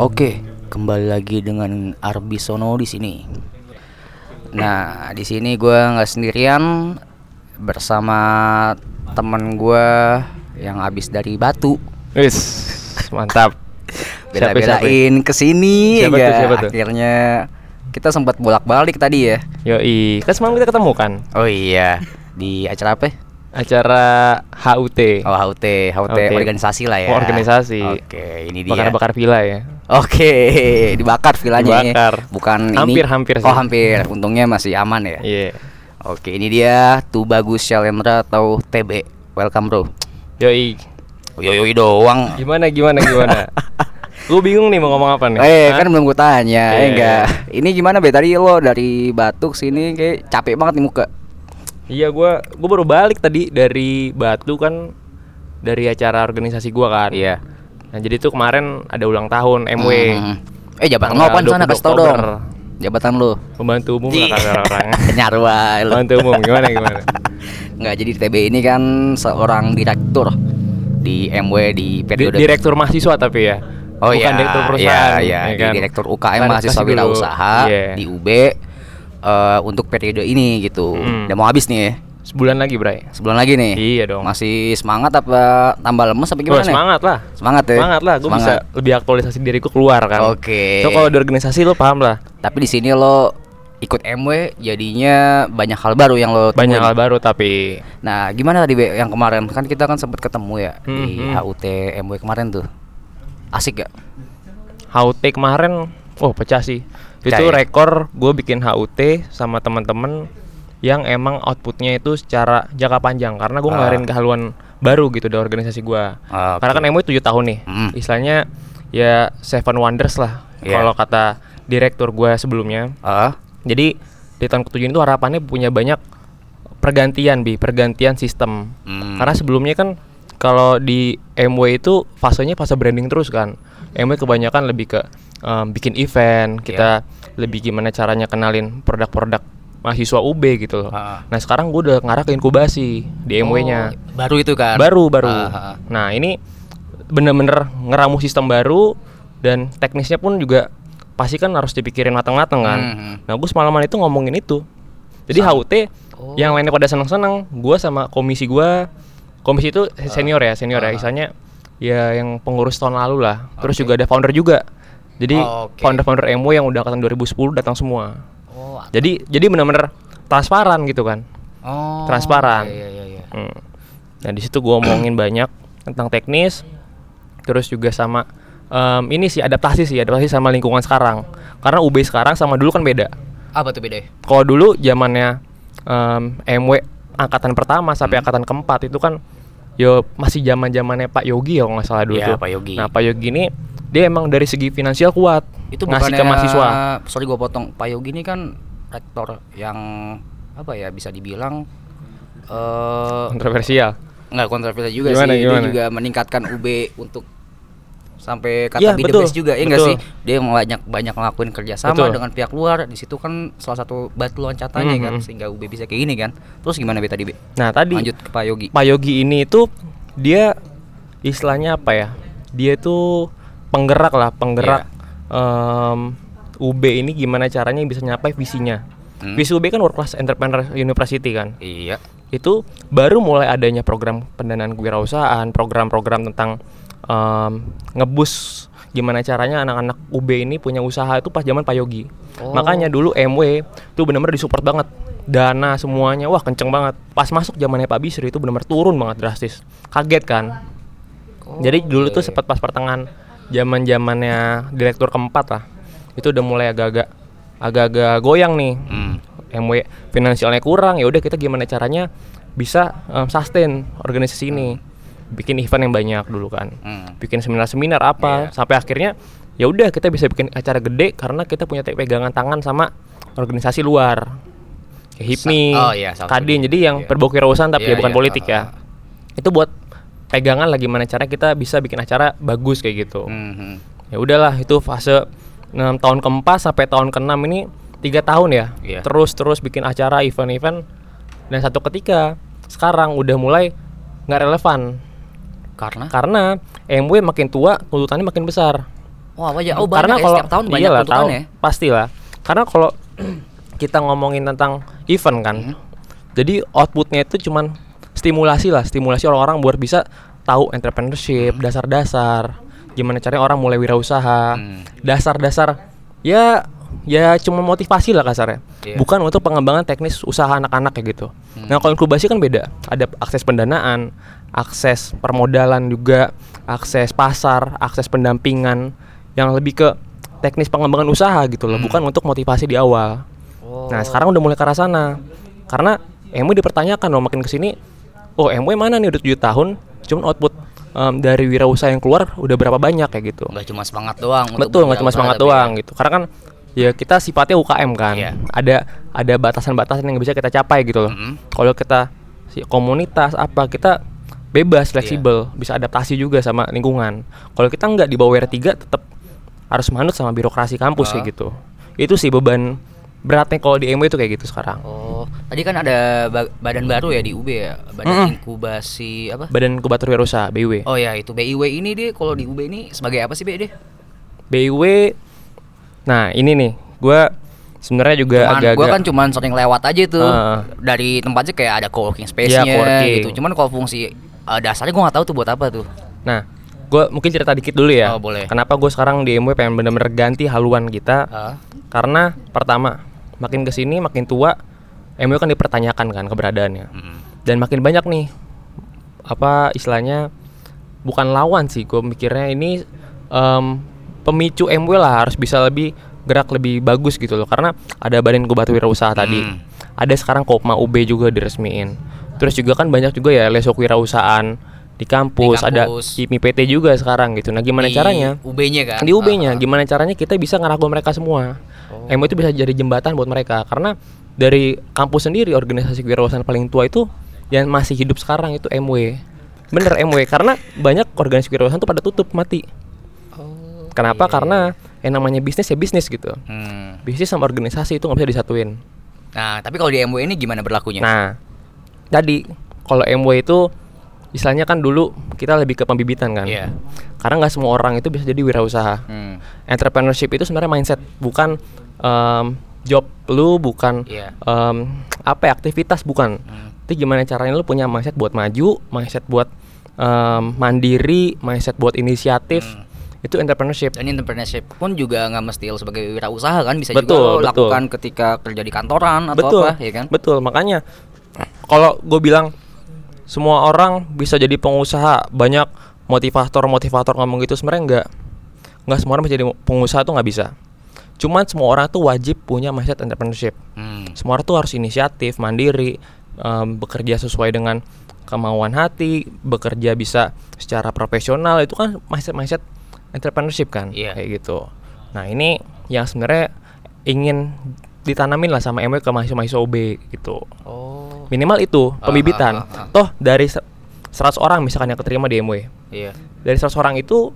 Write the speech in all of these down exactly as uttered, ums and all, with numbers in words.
Oke, kembali lagi dengan Arbisono di sini. Nah, di sini gue nggak sendirian, bersama temen gue yang habis dari Batu. Wis, mantap. Bela-belain kesini Siapa ya. tuh, siapa tuh? Akhirnya kita sempat bolak-balik tadi ya. Yoi, kan semalam kita ketemu kan? Oh iya, di acara apa? Acara H U T. Oh, H U T, H U T H U T. organisasi lah ya. Oh, organisasi. Oke, ini dia. Bakar-bakar villa ya. Oke, dibakar villanya ya. Dibakar. Bukan Hampir, ini. hampir sih. Oh, hampir. Untungnya masih aman ya. Iya. Oke, ini dia Tubagus Shalendra atau T B. Welcome, bro. Yoi. Yoi doang. Gimana gimana gimana? Gue bingung nih mau ngomong apa nih. Eh, Hah? kan belum gue tanya. Iya. Eh, enggak. Ini gimana, Be? Tadi lo dari Batuk sini kayak capek banget nih muka. Iya, gue gue baru balik tadi dari Batu kan, dari acara organisasi gue kan. Iya. Nah jadi tuh kemarin ada ulang tahun M W. Hmm. Eh, jabatan lo Tanggal apaan sana? dua puluh Kasih tau dong. Oktober. Jabatan lo. Pembantu umum Ih. lah kata orang. Nyarwa lo. Pembantu umum gimana gimana? Enggak, jadi T B ini kan seorang direktur di M W di Di- periode direktur mahasiswa tapi ya. Oh Bukan iya, direktur perusahaan. iya, iya, ya kan? di direktur U K M Kan mahasiswa kasih dulu. wirausaha Iya. di U B eh, untuk periode ini gitu. Hmm. Udah mau habis nih ya. Sebulan lagi, Bray. Sebulan lagi nih. Iya dong. Masih semangat apa tambah lemes apa Wah, gimana nih? semangat lah. Semangat ya. Semangat lah, gue bisa Semangat. lebih aktualisasi diriku keluar kan. Oke. So kalau di organisasi lo paham lah. Tapi di sini lo ikut M W jadinya banyak hal baru yang lo Banyak temuin. hal baru tapi Nah, gimana tadi Be yang kemarin? Kan kita kan sempat ketemu ya Hmm, di hmm. H U T M W kemarin tuh. Asik gak? H U T kemarin, oh pecah sih. Pecah Itu ya? rekor gue bikin H U T sama teman-teman yang emang outputnya itu secara jangka panjang karena gue Ah. ngelarin kehaluan baru gitu dari organisasi gue. Ah, Karena oke. kan M W tujuh tahun nih, Mm. istilahnya ya seven wonders lah Iya. kalau kata direktur gue sebelumnya. Ah, Jadi di tahun ketujuh itu harapannya punya banyak pergantian bi, pergantian sistem. Hmm. Karena sebelumnya kan kalau di M W itu fasenya fase branding terus kan. M W kebanyakan lebih ke um, bikin event, kita lebih gimana caranya kenalin produk-produk mahasiswa U B gitu loh. Ah. Nah sekarang gue udah ngarah ke inkubasi di M W-nya. Oh, baru itu kan? Baru baru. Ah, ah. Nah ini bener-bener ngeramu sistem baru dan teknisnya pun juga pasti kan harus dipikirin matang-matang kan. Hmm. Nah gue semalaman itu ngomongin itu. Jadi H U T Oh. yang lainnya pada seneng-seneng, gue sama komisi gue, komisi itu senior ya, senior ya, Ah. istilahnya ya yang pengurus tahun lalu lah. Terus Oke. juga ada founder juga. Jadi Oh, oke. founder-founder M W yang udah angkatan dua ribu sepuluh datang semua. Oh, Jadi jadi benar-benar transparan gitu kan. oh, transparan. Iya, iya, iya. Hmm. Nah di situ gue ngomongin banyak tentang teknis, terus juga sama em, ini sih adaptasi sih, adaptasi sama lingkungan sekarang. Karena U B sekarang sama dulu kan beda. Apa tuh beda? Kalau dulu zamannya em, M W angkatan pertama sampai Hmm. angkatan keempat itu kan yo masih zaman zamannya Pak Yogi ya kalau nggak salah dulu Iya, tuh. Pak Yogi. Nah Pak Yogi ini dia emang dari segi finansial kuat, Itu ngasih bukannya, ke mahasiswa. sorry gue potong, Pak Yogi ini kan rektor yang apa ya, bisa dibilang eh Kontroversial. nggak kontroversial juga Gimana, sih. gimana? Dia juga meningkatkan U B untuk sampai kata Iya, be the betul, best juga, ya nggak betul. sih? Dia banyak banyak ngelakuin kerjasama Betul. dengan pihak luar. Di situ kan salah satu batu loncatannya kan, Mhm. sehingga U B bisa kayak gini kan. Terus gimana Be tadi Be? Nah tadi Lanjut ke Pak Yogi. Pak Yogi ini itu dia istilahnya apa ya? Dia itu penggerak lah, penggerak em, U B ini gimana caranya bisa nyapai visinya. Hmm. Visi U B kan World Class Entrepreneur University kan. Iya. Itu baru mulai adanya program pendanaan kewirausahaan, program-program tentang em, ngebus gimana caranya anak-anak U B ini punya usaha itu pas zaman Pak Yogi. Oh. Makanya dulu M W itu benar-benar disupport banget. Dana semuanya wah kenceng banget. Pas masuk zamannya Pak Bisri itu benar-benar turun banget drastis. Kaget kan? Oh, Jadi dulu tuh iya, sempat pas pertengahan zaman-zamannya direktur keempat lah. Itu udah mulai agak-agak agak-agak goyang nih. Hmm. M W finansialnya kurang, ya udah kita gimana caranya bisa um, sustain organisasi ini. Bikin event yang banyak dulu kan. Hmm. Bikin seminar-seminar apa Iya. sampai akhirnya ya udah kita bisa bikin acara gede karena kita punya te- pegangan tangan sama organisasi luar. Kayak HIPMI, Sa- oh iya, salah Kadin, satu. jadi yang Iya. berbau kewirausahaan tapi Iya, ya bukan iya, politik ah, ya. ah. Itu buat pegangan lah gimana cara kita bisa bikin acara bagus kayak gitu. Mhm. Ya udahlah itu fase enam tahun keempat sampai tahun keenam ini tiga tahun ya. Iya. Terus terus bikin acara event-event dan satu ketika sekarang udah mulai nggak relevan Karena karena M W makin tua tuntutannya makin besar. Wah, apa aja? Oh, banyak Karena ya, kalau setiap tahun banyak iyalah, tuntutan tahu, ya. pastilah. Karena kalau kita ngomongin tentang event kan, Hmm. jadi outputnya itu cuman stimulasi lah, stimulasi orang-orang buat bisa tahu entrepreneurship, dasar-dasar, gimana caranya orang mulai wirausaha, Hmm. dasar-dasar ya ya cuma motivasi lah kasarnya, Iya. bukan untuk pengembangan teknis usaha anak-anak kayak gitu. Hmm. Nah kalau inkubasi kan beda, ada akses pendanaan, akses permodalan juga, akses pasar, akses pendampingan yang lebih ke teknis pengembangan usaha gitu loh, Hmm. bukan untuk motivasi di awal. Oh. Nah sekarang udah mulai ke arah sana, karena M W dipertanyakan loh makin kesini, oh M W mana nih udah tujuh tahun, cuman output em, dari wirausaha yang keluar udah berapa banyak kayak gitu. Nggak cuma semangat doang. untuk Betul, nggak cuma berwirausaha, semangat tapi doang gitu. Karena kan ya kita sifatnya U K M kan, Iya. ada ada batasan-batasan yang bisa kita capai gitu loh. Mm-mm. Kalau kita si komunitas apa kita bebas, fleksibel, Iya. bisa adaptasi juga sama lingkungan. Kalau kita nggak di bawah W R tiga tetap harus manut sama birokrasi kampus Ah. kayak gitu. Itu sih beban beratnya kalau di M W itu kayak gitu sekarang. Oh, tadi kan ada ba- badan baru ya di U B ya, badan Mm-mm. inkubasi apa? Badan Inkubator Wirausaha B I W. Oh ya, itu B I W ini deh, kalau di U B ini sebagai apa sih, Be deh? B I W. Nah, ini nih, gua sebenarnya juga Cuman, agak-agak gua kan cuman sering lewat aja tuh. Heeh. Dari tempatnya kayak ada co-working space-nya Iya, co-working. gitu. Cuman kalau fungsi eh, dasarnya gua nggak tahu tuh buat apa tuh. Nah, gue mungkin cerita dikit dulu ya. Oh, boleh. Kenapa gue sekarang di M W pengen bener-bener ganti haluan kita? Ah. Karena pertama, makin kesini makin tua, M W kan dipertanyakan kan keberadaannya. Mm. Dan makin banyak nih, apa istilahnya, bukan lawan sih. Gue mikirnya ini em, pemicu M W lah, harus bisa lebih gerak lebih bagus gitu loh. Karena ada Badan Inkubator Wirausaha tadi, Hmm. ada sekarang Kopma U B juga diresmiin. Terus juga kan banyak juga ya lesok wirausahaan di kampus, Di ada kampus. I M I P T juga sekarang gitu. Nah, gimana Di caranya? U B-nya kan? Di U B-nya, Ah, ah. gimana caranya kita bisa ngerangkul mereka semua? Oh. M W itu bisa jadi jembatan buat mereka, karena dari kampus sendiri organisasi kewirausahaan paling tua itu yang masih hidup sekarang itu M W. Bener M W, karena banyak organisasi kewirausahaan tuh pada tutup, mati. Oh, Kenapa? iya. Karena yang namanya bisnis ya bisnis gitu. Hmm. Bisnis sama organisasi itu nggak bisa disatuin. Nah, tapi kalau di M W ini gimana berlakunya? Nah, tadi kalau M W itu istilahnya kan dulu kita lebih ke pembibitan kan. Iya. Karena nggak semua orang itu bisa jadi wirausaha. Hmm. Entrepreneurship itu sebenarnya mindset, bukan em, job lu, bukan Iya. em, apa ya, aktivitas, bukan. Hmm. Tapi gimana caranya lu punya mindset buat maju, mindset buat em, mandiri, mindset buat inisiatif. Hmm. Itu entrepreneurship. Dan entrepreneurship pun juga nggak mesti lo sebagai wirausaha kan, bisa Betul, juga lo betul. lakukan ketika kerja di kantoran atau Betul, apa, ya kan? betul. Makanya kalau gue bilang semua orang bisa jadi pengusaha, banyak motivator-motivator ngomong gitu, sebenarnya enggak. Enggak semua orang bisa jadi pengusaha tuh nggak bisa. Cuman semua orang tuh wajib punya mindset entrepreneurship. Hmm. Semua orang tuh harus inisiatif, mandiri, em, bekerja sesuai dengan kemauan hati, bekerja bisa secara profesional. Itu kan mindset-mindset entrepreneurship kan, Iya. kayak gitu. Nah ini yang sebenarnya ingin ditanamin lah sama M W ke mahasiswa-mahasiswa U B gitu. Oh. Minimal itu Ah, pembibitan. ah, ah, ah. Toh dari se- seratus orang misalkan yang keterima di M W, Iya. dari seratus orang itu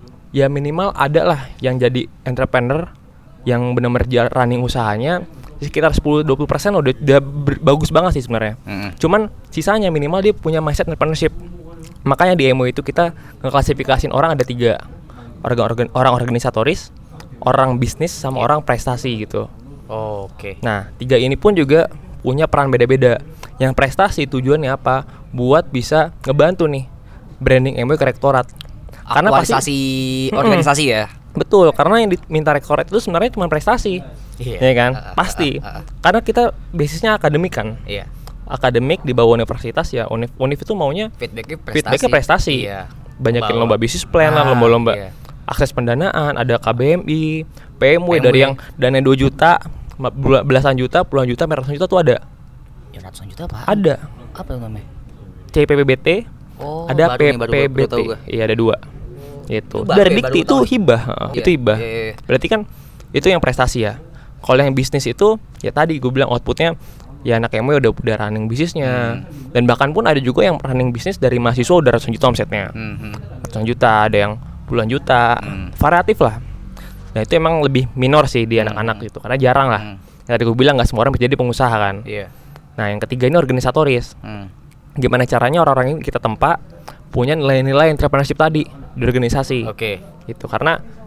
ya minimal ada lah yang jadi entrepreneur, yang benar-benar ja- running usahanya sekitar sepuluh sampai dua puluh persen udah, udah ber- bagus banget sih sebenarnya. Mm-mm. Cuman sisanya minimal dia punya mindset entrepreneurship. Makanya di M W itu kita ngeklasifikasiin orang ada tiga. Orang, organ- orang organisatoris, orang bisnis, sama orang prestasi gitu. Oh, oke. Nah, tiga ini pun juga punya peran beda-beda. Yang prestasi tujuannya apa? Buat bisa ngebantu nih branding M W ke rektorat. Karena pasti Aktualisasi organisasi ya. betul, karena yang diminta rektorat itu sebenarnya cuma prestasi. Iya. Ya kan? Ah, ah, Pasti. ah, ah, ah. Karena kita basisnya akademik kan. Iya. Akademik di bawah universitas ya, Univ, Univ itu maunya Feedbacknya prestasi. feedbacknya prestasi. Iya. Banyakin Lomba- lomba bisnis plan lah, Ah, lomba-lomba iya. akses pendanaan, ada K B M I, P M W P M W. dari yang dana dua juta, ma- bela- belasan juta, puluhan juta, ratusan juta tuh ada. Ya, ratusan juta apa? Ada. Apa itu namanya? C P P B T, Oh, ada baru nih, baru- baru- P P B T. baru tahu gua. Iya, ada dua. Itu. Itu baru Dari ya, Dikti baru itu tahu. hibah, heeh, Iya, itu hibah. iya, iya. Berarti kan itu yang prestasi ya. Kalau yang bisnis itu ya tadi gue bilang outputnya ya anak M W udah udah running bisnisnya. Hmm. Dan bahkan pun ada juga yang running bisnis dari mahasiswa udah ratusan juta omsetnya. Hmm, hmm. Ratusan juta, ada yang puluhan juta, Hmm. variatif lah. Nah itu emang lebih minor sih di anak-anak gitu, karena jarang lah. Hmm. Yang tadi gue bilang nggak semua orang bisa jadi pengusaha kan. Iya. Nah yang ketiga ini organisatoris. Hmm. Gimana caranya orang-orang ini kita tempa punya nilai-nilai entrepreneurship tadi di organisasi. Oke. Gitu, karena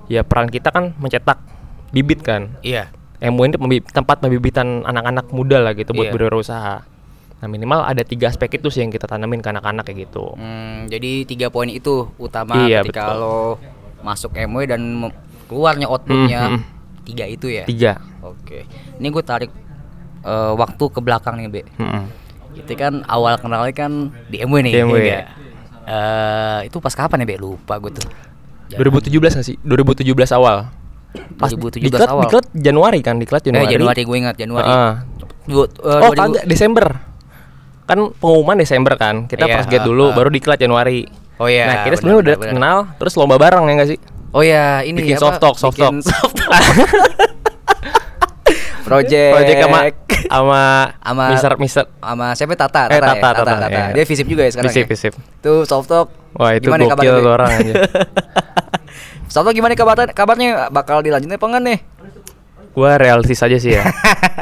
ya peran kita kan mencetak bibit kan. Iya. M W ini pembi- tempat pembibitan anak-anak muda lah gitu buat Iya. berwirausaha. Nah minimal ada tiga aspek itu sih yang kita tanamin ke anak-anak kayak gitu. Hmm, jadi tiga poin itu utama Iya, ketika betul. lo masuk M W dan mem- keluarnya outputnya Hmm, hmm. tiga itu ya. Tiga. Oke. Ini gue tarik eh, waktu ke belakang nih, Be. Mm-mm. Itu kan awal kenalnya kan di M W nih. Di M W. iya nggak? Eh, itu pas kapan ya, Be? Lupa gue tuh. dua ribu tujuh belas nggak sih? dua ribu tujuh belas awal. Pas dua ribu tujuh belas diklat, awal. diklat Januari kan, diklat Eh, Januari. Januari gue ingat Januari. Heeh. Dua, eh, Oh, dua ribu kagak Desember. Kan pengumuman Desember kan. Kita Iya, pas get ah, dulu ah. baru diklat Januari. Oh iya. Nah, kita benar, sebenarnya udah benar, benar. kenal terus lomba bareng ya nggak sih? Oh ya, ini Bikin apa? soft talk, soft Bikin talk. soft talk. Project. Project sama sama Sama- Mister Mister sama siapa Tata, Eh, Tata, ya? Tata, Tata, iya. Dia visip juga ya sekarang. Visip, ya? visip. Itu soft talk. Wah, itu Gimana gokil kabarnya, Be? tuh orang aja. Soft talk gimana kabarnya? Kabarnya bakal dilanjutin apa enggak nih? Gua realistis aja sih ya.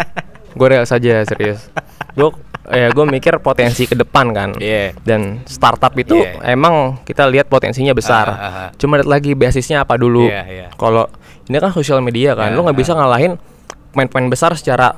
Gue real saja serius. Gue ya gue mikir potensi ke depan kan. Iya. Dan startup itu Iya. emang kita lihat potensinya besar. Ah, ah, ah. Cuma lihat lagi basisnya apa dulu. Iya, iya. Kalau ini kan sosial media kan, Iya, lu nggak bisa ngalahin pemain-pemain besar secara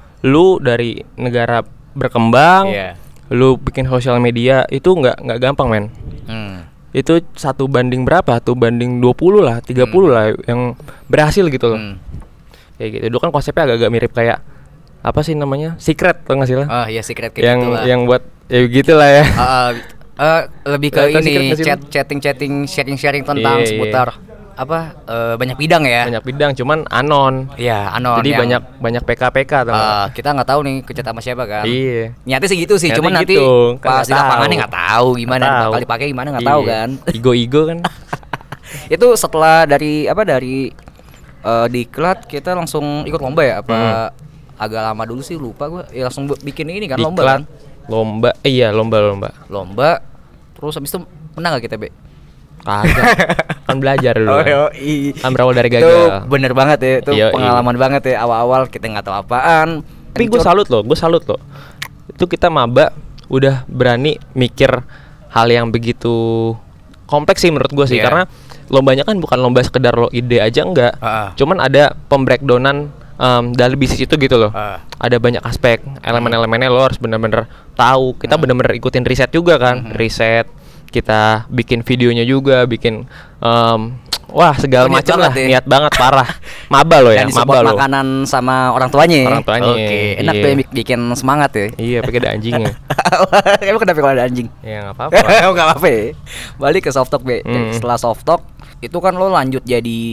lu dari negara berkembang. Iya. Lu bikin sosial media itu nggak nggak gampang men. Hmm. Itu satu banding berapa? Satu banding dua puluh lah, tiga puluh lah yang berhasil gitu loh. Hmm. Kayak gitu. Dulu kan konsepnya agak-agak mirip kayak apa sih namanya? Secret tau gak sih lah? Oh iya, secret kayak yang gitu lah. yang buat ya gitulah ya. Ah, ah, eh, lebih ke Tahu secret ini nggak sih lu? chat chatting chatting sharing sharing tentang Iya, iya. seputar apa eh, banyak bidang ya. Banyak bidang cuman anon. Iya, anon. Jadi yang, banyak banyak P K P K tau nggak? eh, kita nggak tahu nih ke chat sama siapa kan. Iya. Niatnya sih gitu sih, Niatnya cuman nanti gitu, kan pas nggak di lapangannya tahu. nggak tahu gimana Nggak bakal tahu. dipakai gimana nggak tahu Iya. kan. Igo-igo kan. Itu setelah dari apa dari eh, diklat kita langsung ikut lomba ya apa agak lama dulu sih lupa gua. Ya langsung bu- bikin ini kan lomba kan. Diklat, lomba. Eh, iya, lomba-lomba. Lomba terus habis itu menang gak kita, Be? Kagak. Kan belajar dulu. Oh, kan. yoi. Kan berawal dari Itu gagal. bener banget ya, itu Yoi. pengalaman banget ya awal-awal kita nggak tahu apaan. Tapi gue Encur- salut loh, gue salut loh. Itu kita maba udah berani mikir hal yang begitu kompleks sih menurut gue sih. Iya. Karena lombanya kan bukan lomba sekedar lo ide aja enggak. Ah. Cuman ada pembreakdownan um, dari bisnis itu gitu loh. Ah. Ada banyak aspek, elemen-elemennya lo harus bener-bener tahu. Kita Hmm. bener-bener ikutin riset juga kan, riset. Kita bikin videonya juga, bikin um, wah segala Oh, niat macam lah, banget ya. niat banget parah. Maba lo ya, Dan maba disupport lo. makanan sama orang tuanya. ya? Orang tuanya, Oke, enak iya. tuh yang bik- bikin semangat ya. Iya, pakai ada anjingnya. Emang kenapa kalau ada anjing? Ya nggak apa-apa. lah. Oh, nggak apa-apa ya. Balik ke soft talk, Be. Hmm. Setelah soft talk itu kan lo lanjut jadi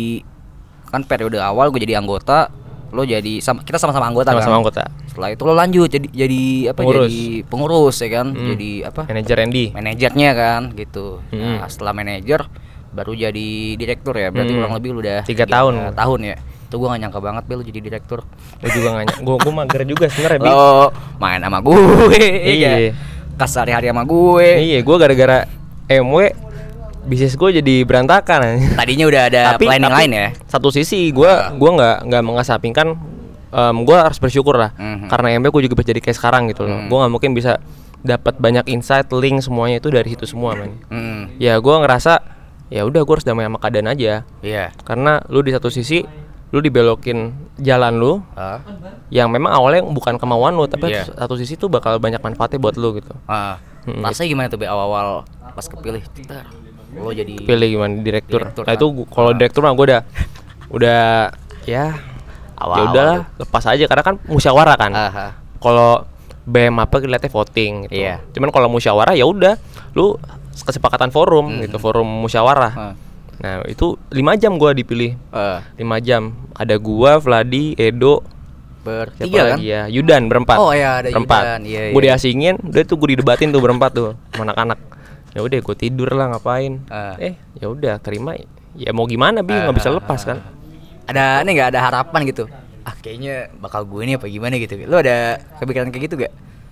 kan periode awal gue jadi anggota, lo jadi sama kita sama-sama anggota Sama-sama kan. anggota. Setelah itu lo lanjut jadi jadi apa Pengurus. jadi pengurus ya kan. Hmm. Jadi apa? Manajer Andy. Manajernya kan gitu. Hmm. Nah, setelah manajer baru jadi direktur ya. Berarti Hmm. kurang lebih lu udah Tiga tahun. tahun ya. Itu gua gak nyangka banget Be lu jadi direktur. Lu juga nggak ny- gua gua mager juga sebenarnya. Bi. Lo main sama gue, Iya. iya. Kas hari-hari sama gue. Iya, gua gara-gara M W bisnis gua jadi berantakan. Tadinya udah ada planning lain ya. Satu sisi gua gua nggak nggak mengesampingkan em, gua harus bersyukur lah. Mhm. Karena M W gua juga bisa jadi kayak sekarang gitu loh. Mhm. Gua nggak mungkin bisa dapat banyak insight, link semuanya itu dari situ semua, men. Hmm. Ya gua ngerasa ya udah gua harus damai sama keadaan aja. Iya. Karena lu di satu sisi lu dibelokin jalan lu Ah. yang memang awalnya bukan kemauan lu, tapi Iya. satu sisi tuh bakal banyak manfaatnya buat lu gitu. Ah. Mm-mm. Rasanya gimana tuh Be awal-awal pas kepilih? Tar, lo jadi Pilih gimana direktur. Direktur, Nah itu ah. gu- kalau direktur mah gue udah udah ya Awal-awal ya udahlah lepas aja karena kan musyawarah kan. Aha. Kalau B M apa lihatnya voting gitu. Iya. Cuman kalau musyawarah ya udah lu kesepakatan forum Mm-mm. gitu, forum musyawarah. Ah. Nah, itu lima jam gua dipilih. Eh, lima jam. Ada gua, Vladi, Edo, siapa bertiga kan? lagi ya? Yudan berempat. Oh, iya, ada berempat. Yudan, iya, Gue iya. diasingin, udah tuh gue didebatin tuh berempat tuh sama anak-anak. Ya udah gue tidur lah ngapain. Ah. Eh, ya udah terima. Ya mau gimana bi nggak bisa lepas kan. Ada ini nggak ada harapan gitu? Ah kayaknya bakal gue nih apa gimana gitu. Lo ada kepikiran kayak gitu gak?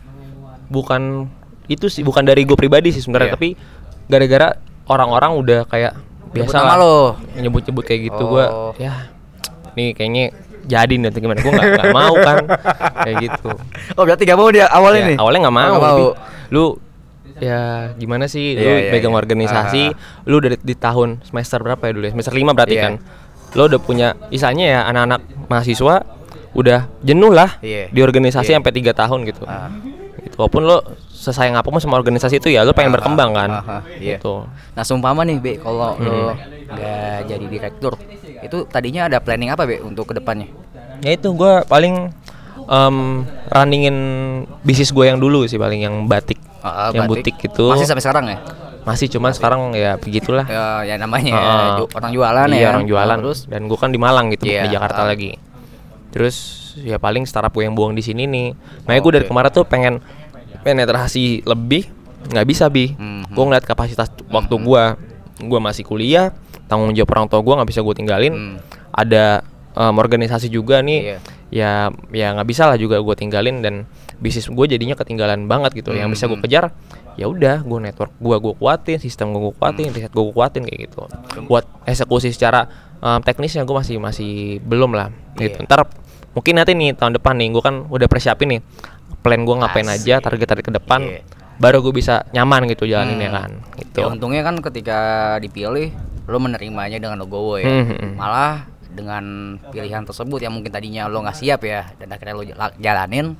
Bukan itu sih, bukan dari gue pribadi sih sebenarnya, Iya. tapi gara-gara orang-orang udah kayak Nyebut biasa nama lah, lo. nyebut-nyebut kayak gitu. Oh. Gua ya nih kayaknya jadi nih atau gimana. Gue nggak nggak mau kan kayak gitu. Oh berarti gak mau dia awalnya Ya, nih? awalnya nggak Oh, mau, nggak mau. tapi lu ya gimana sih, lu Iya, iya, pegang iya. organisasi, Ah. lu dari di tahun semester berapa ya dulu ya, semester lima berarti Iya. kan, lo udah punya isanya ya anak-anak mahasiswa udah jenuh lah Iya. di organisasi Iya. sampai tiga tahun gitu. Ah. Gitu. Walaupun lo sesayang apapun sama organisasi itu ya lo pengen Ah, berkembang kan. ah, ah, iya. Gitu. Nah, seumpama nih, Be, kalau Hmm. lo nggak jadi direktur, itu tadinya ada planning apa, Be, untuk kedepannya? Ya itu gue paling em, runningin bisnis gue yang dulu sih paling yang batik, Ah, ah, yang batik. butik gitu. Masih sampai sekarang ya? Masih cuman sekarang ya begitulah. Ya, ya namanya Ah, ah. ju- orang jualan Iya, ya. orang jualan. Nah, terus Dan gue kan di Malang gitu, bukan Iya, di Jakarta ah. lagi. Terus ya paling startup gue yang buang di sini nih. Makanya gue dari Oke. kemarin tuh pengen penetrasi lebih, nggak bisa bi. Mhm. Gue ngeliat kapasitas waktu gue, gue masih kuliah, tanggung jawab orang tua gue nggak bisa gue tinggalin. Hmm. Ada em, organisasi juga nih, Iya. ya ya nggak bisa lah juga gue tinggalin dan bisnis gue jadinya ketinggalan banget gitu. Yang bisa gue Mhm. kejar, ya udah gue network gue gue kuatin, sistem gue kuatin, riset gue kuatin kayak gitu. Buat eksekusi secara em, teknisnya gue masih masih belum lah. Gitu. Iya. Ntar mungkin nanti nih tahun depan nih gue kan udah persiapin nih plan gue ngapain Asik. aja, target-target ke depan, Iya. baru gue bisa nyaman gitu jalaninnya Hmm. kan. Gitu. Ya untungnya kan ketika dipilih lo menerimanya dengan legowo ya. Hmm, hmm, hmm. Malah dengan pilihan tersebut yang mungkin tadinya lo nggak siap ya dan akhirnya lo jala- jalanin,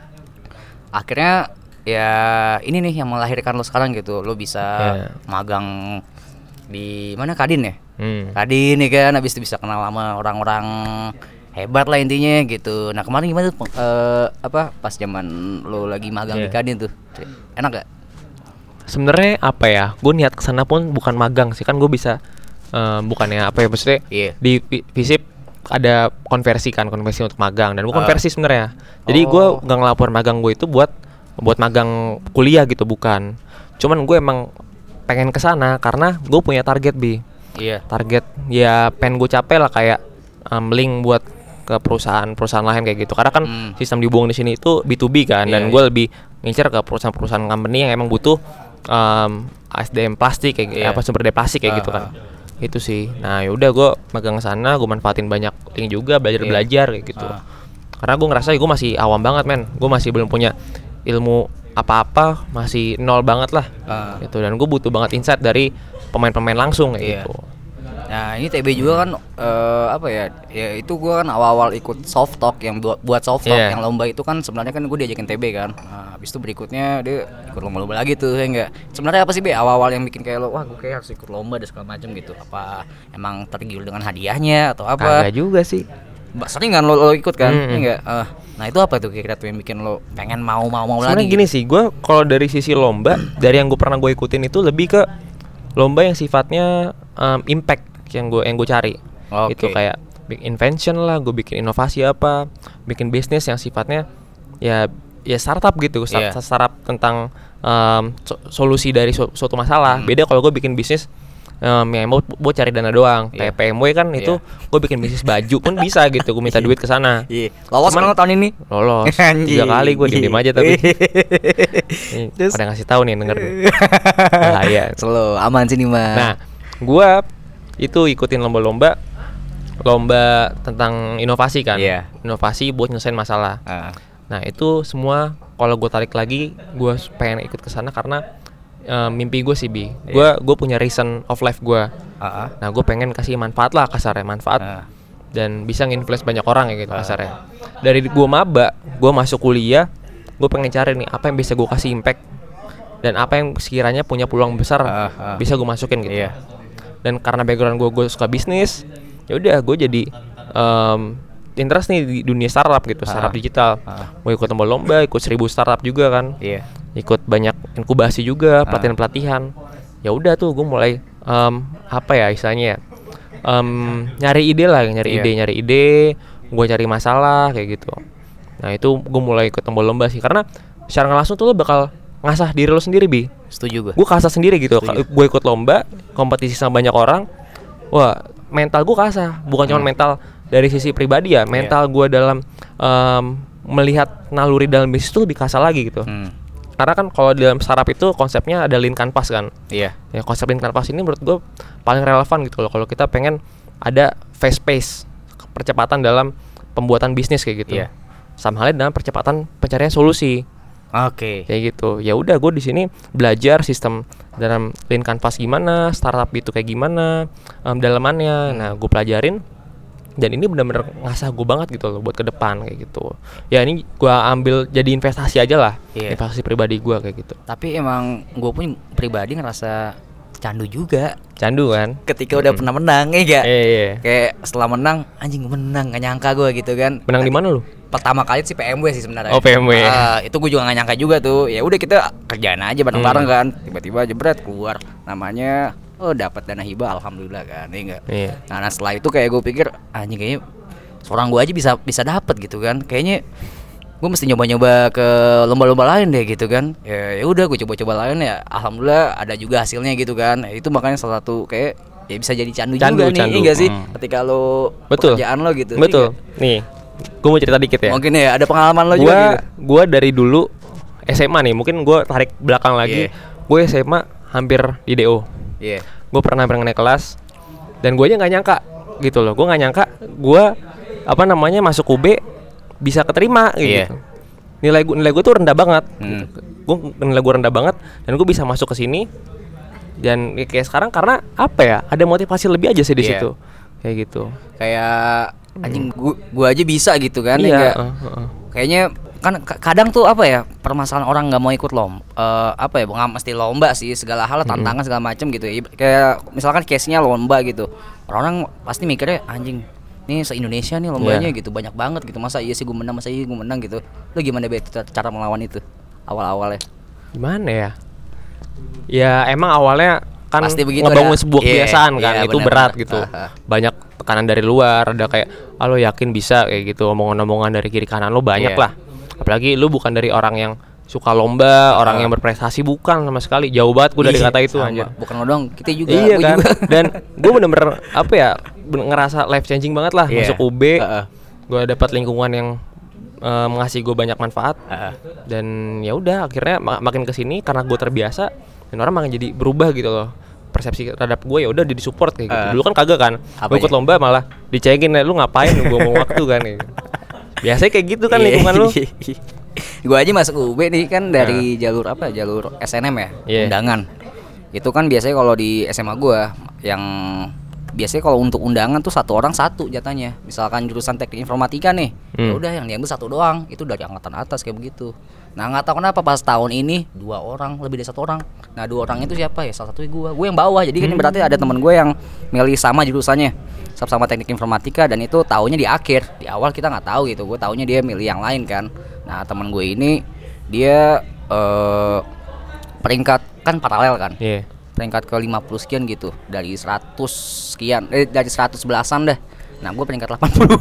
akhirnya ya ini nih yang melahirkan lo sekarang gitu. Lo bisa Iya. magang di mana, Kadin ya? Hmm. Kadin nih kan, habis itu bisa kenal sama orang-orang hebat lah intinya gitu. Nah, kemarin gimana tuh eh, apa pas zaman lo lagi magang di Iya. Kadin tuh? Enak gak? Sebenarnya apa ya? Gue niat kesana pun bukan magang sih, kan gue bisa eh, bukannya apa ya maksudnya Iya. di Vi- Visip ada konversi kan, konversi untuk magang dan gue Ah. konversi sebenarnya. Jadi gue Oh. nggak ngelapor magang gue itu buat buat magang kuliah gitu bukan. Cuman gue emang pengen kesana karena gue punya target bi. Iya. Target ya pengen gue capek lah kayak um, link buat ke perusahaan-perusahaan lain kayak gitu. Karena kan Hmm. sistem dibuang di sini itu B to B kan Iya, dan iya. gue lebih ngincer ke perusahaan-perusahaan company yang emang butuh um, S D M plastik kayak Iya. apa sumber daya plastik kayak Ah, gitu kan. ah. Itu sih. Nah, yaudah gue magang sana, gue manfaatin banyak link juga, belajar-belajar kayak gitu. Ah. Karena gue ngerasa gue masih awam banget men, gue masih belum punya ilmu apa-apa, masih nol banget lah. Ah. Gitu dan gue butuh banget insight dari pemain-pemain langsung kayak Iya. gitu. Nah, ini T B juga kan eh, apa ya? Ya itu gua kan awal-awal ikut soft talk yang buat buat soft talk Iya. yang lomba itu kan sebenarnya kan gue diajakin T B kan. Nah, habis itu berikutnya dia ikut lomba-lomba lagi tuh ya enggak. Sebenarnya apa sih Be awal-awal yang bikin kayak lo wah gue kayak harus ikut lomba dan segala macam gitu. Apa emang tergiur dengan hadiahnya atau apa? Kagak juga sih. Mbak sering kan lo, lo ikut kan? Mm-mm. Ya enggak? Eh, nah itu apa tuh kira-kira tuh yang bikin lo pengen mau mau mau Sebenarnya lagi? gini sih, gue kalau dari sisi lomba, dari yang gue pernah gue ikutin itu lebih ke lomba yang sifatnya um, impact yang gue yang gue cari. Oke. Itu kayak bikin invention lah, gue bikin inovasi apa, bikin bisnis yang sifatnya ya ya startup gitu, start, Iya. startup tentang um, so- solusi dari su- suatu masalah. Hmm. Beda kalau gue bikin bisnis um, yang mau buat cari dana doang. Iya. Kayak P M W kan itu gue bikin bisnis baju pun bisa gitu, gue minta duit ke sana. Iya. Lolos kan Cuman- lo tahun ini? Lolos Anjing. tiga kali gue diem aja tapi Ini Terus? pada ngasih tahu nih denger nih. Bahaya. Slow, aman sini mah. Nah, gua itu ikutin lomba-lomba lomba tentang inovasi kan. Iya. Inovasi buat nyelesain masalah. Ah. Nah, itu semua kalau gue tarik lagi, gua pengen ikut ke sana karena eh, mimpi gue sih bi. Gua gue punya reason of life gua. Ah, ah. Nah, gue pengen kasih manfaat lah kasarnya, manfaat Ah. dan bisa nginfluence banyak orang ya gitu kasarnya. Dari gua maba, gua masuk kuliah, gue pengen cari nih apa yang bisa gue kasih impact dan apa yang sekiranya punya peluang besar Ah, ah. bisa gue masukin gitu. Iya. Dan karena background gue gue suka bisnis, ya udah gue jadi em, interest nih di dunia startup gitu, startup Ah. digital. Ah. Gue ikut lomba-lomba, ikut seribu startup juga kan, Iya. ikut banyak inkubasi juga, pelatihan-pelatihan. Ya udah tuh gue mulai em, apa ya istilahnya ya, em, nyari ide lah, nyari Iya. ide, nyari ide, gue cari masalah kayak gitu. Nah itu gue mulai ikut lomba-lomba sih, karena secara nggak langsung tuh lo bakal ngasah diri lo sendiri bi. Setuju gue. Gue kasah sendiri gitu. Setuju. Gue ikut lomba, kompetisi sama banyak orang. Wah, mental gue kasah. Bukan cuma Hmm. mental dari sisi pribadi ya, mental gue dalam em, melihat naluri dalam bisnis itu lebih kasar lagi gitu. Hmm. Karena kan kalau di dalam startup itu konsepnya ada lean canvas kan. Iya. Ya konsep lean canvas ini menurut gue paling relevan gitu loh. Kalau kita pengen ada fast pace, percepatan dalam pembuatan bisnis kayak gitu. Iya. Sama halnya dalam percepatan pencarian solusi. Oke. Kayak gitu. Ya udah gue di sini belajar sistem dalam lean canvas gimana, startup itu kayak gimana, em, dalamannya. Nah, gue pelajarin dan ini benar-benar ngasah gue banget gitu loh buat ke depan kayak gitu. Ya ini gue ambil jadi investasi aja lah, Iya. investasi pribadi gue kayak gitu. Tapi emang gue pun pribadi ngerasa candu juga Candu kan? ketika udah pernah menang, ya gak? Eh, iya. Kayak setelah menang, anjing gue menang, gak nyangka gue gitu kan. Menang di mana lu? Pertama kali sih P M W sih sebenarnya. Oh, P M W. Ah, itu gue juga gak nyangka juga tuh. Ya udah kita kerjaan aja bareng-bareng Hmm. kan. Tiba-tiba jebret keluar namanya, oh dapat dana hibah, alhamdulillah kan, ya enggak. Iya. Nah, nah setelah itu kayak gue pikir anjing kayaknya seorang gue aja bisa bisa dapat gitu kan. Kayaknya gue mesti nyoba-nyoba ke lomba-lomba lain deh gitu kan. Ya ya udah gue coba-coba lain ya, alhamdulillah ada juga hasilnya gitu kan. Itu makanya salah satu kayak ya bisa jadi candu, Candu, juga nih, candu. iya nggak sih? Hmm. Ketika lo Betul. pekerjaan lo gitu. Betul. iya Nih, gue mau cerita dikit nggak? ya. Mungkin ya ada pengalaman lo juga Gua gitu. gua dari dulu S M A nih, mungkin gue tarik belakang lagi. Iya. Gue S M A hampir di D O. Iya. Gue pernah hampir naik kelas dan gue aja nggak nyangka gitu loh. Gue nggak nyangka gue apa namanya masuk U B bisa keterima gitu. Iya. Nilai gue nilai gue tuh rendah banget. Hmm. Gue nilai gue rendah banget dan gue bisa masuk ke sini. Dan ya kayak sekarang karena apa ya? Ada motivasi lebih aja sih di Iya. situ. Kayak gitu. Kayak anjing gua, gua aja bisa gitu kan, ya Iya, nggak? uh, uh, uh. Kayaknya kan ka- kadang tuh apa ya, permasalahan orang nggak mau ikut lomba, eh, apa ya, nggak mesti lomba sih, segala hal tantangan segala macem gitu ya. Kayak misalkan case-nya lomba gitu, orang-orang pasti mikirnya anjing nih se-Indonesia nih lombanya Iya. gitu, banyak banget gitu, masa iya sih gue menang, masa iya gue menang gitu. Lo gimana Bet cara melawan itu awal-awalnya? Gimana ya? Ya emang awalnya kan Pasti begitu ngebangun ya. sebuah Iya, kebiasaan kan, iya, itu benar, berat benar. gitu. Ah, ah. Banyak tekanan dari luar, ada kayak, ah lo yakin bisa kayak gitu, omongan-omongan dari kiri kanan lo banyak Iya. lah. Apalagi lu bukan dari orang yang suka lomba, orang Ah. yang berprestasi, bukan sama sekali. Jauh banget gue dari Iya, kata itu sama. anjir. Bukan lo dong, kita juga. Iya gua kan. juga. Dan gue bener-bener apa ya, ben- ngerasa life changing banget lah. Iya. Masuk U B, Ah, ah. gue dapat lingkungan yang eh, mengasih gue banyak manfaat. Ah, ah. Dan ya udah akhirnya mak- makin kesini karena gue terbiasa dan orang makin jadi berubah gitu loh, persepsi terhadap gue ya udah di support kayak gitu. Uh, Dulu kan kagak kan, gue ikut apanya? lomba malah dicengin, lu ngapain buang waktu kan gitu. Biasanya kayak gitu kan Iya, lingkungan lu. Gue aja masuk U B nih kan dari jalur apa? Jalur S N M ya, Iya. undangan. Itu kan biasanya kalau di S M A gue yang biasanya kalau untuk undangan tuh satu orang satu jatanya. Misalkan jurusan teknik informatika nih, ya Hmm. udah yang diambil satu doang. Itu dari angkatan atas kayak begitu. Nah nggak tahu kenapa pas tahun ini dua orang, lebih dari satu orang. Nah dua orang itu siapa ya? Salah satu gue, gue yang bawah. Jadi kan Hmm. berarti ada teman gue yang milih sama jurusannya, sama teknik informatika, dan itu taunya di akhir. Di awal kita nggak tahu gitu. Gue taunya dia milih yang lain kan. Nah teman gue ini dia eh, peringkat kan paralel kan. Iya. Peringkat ke lima puluh sekian gitu dari seratus sekian, eh, dari seratus belasan dah. Nah gue peringkat delapan puluh.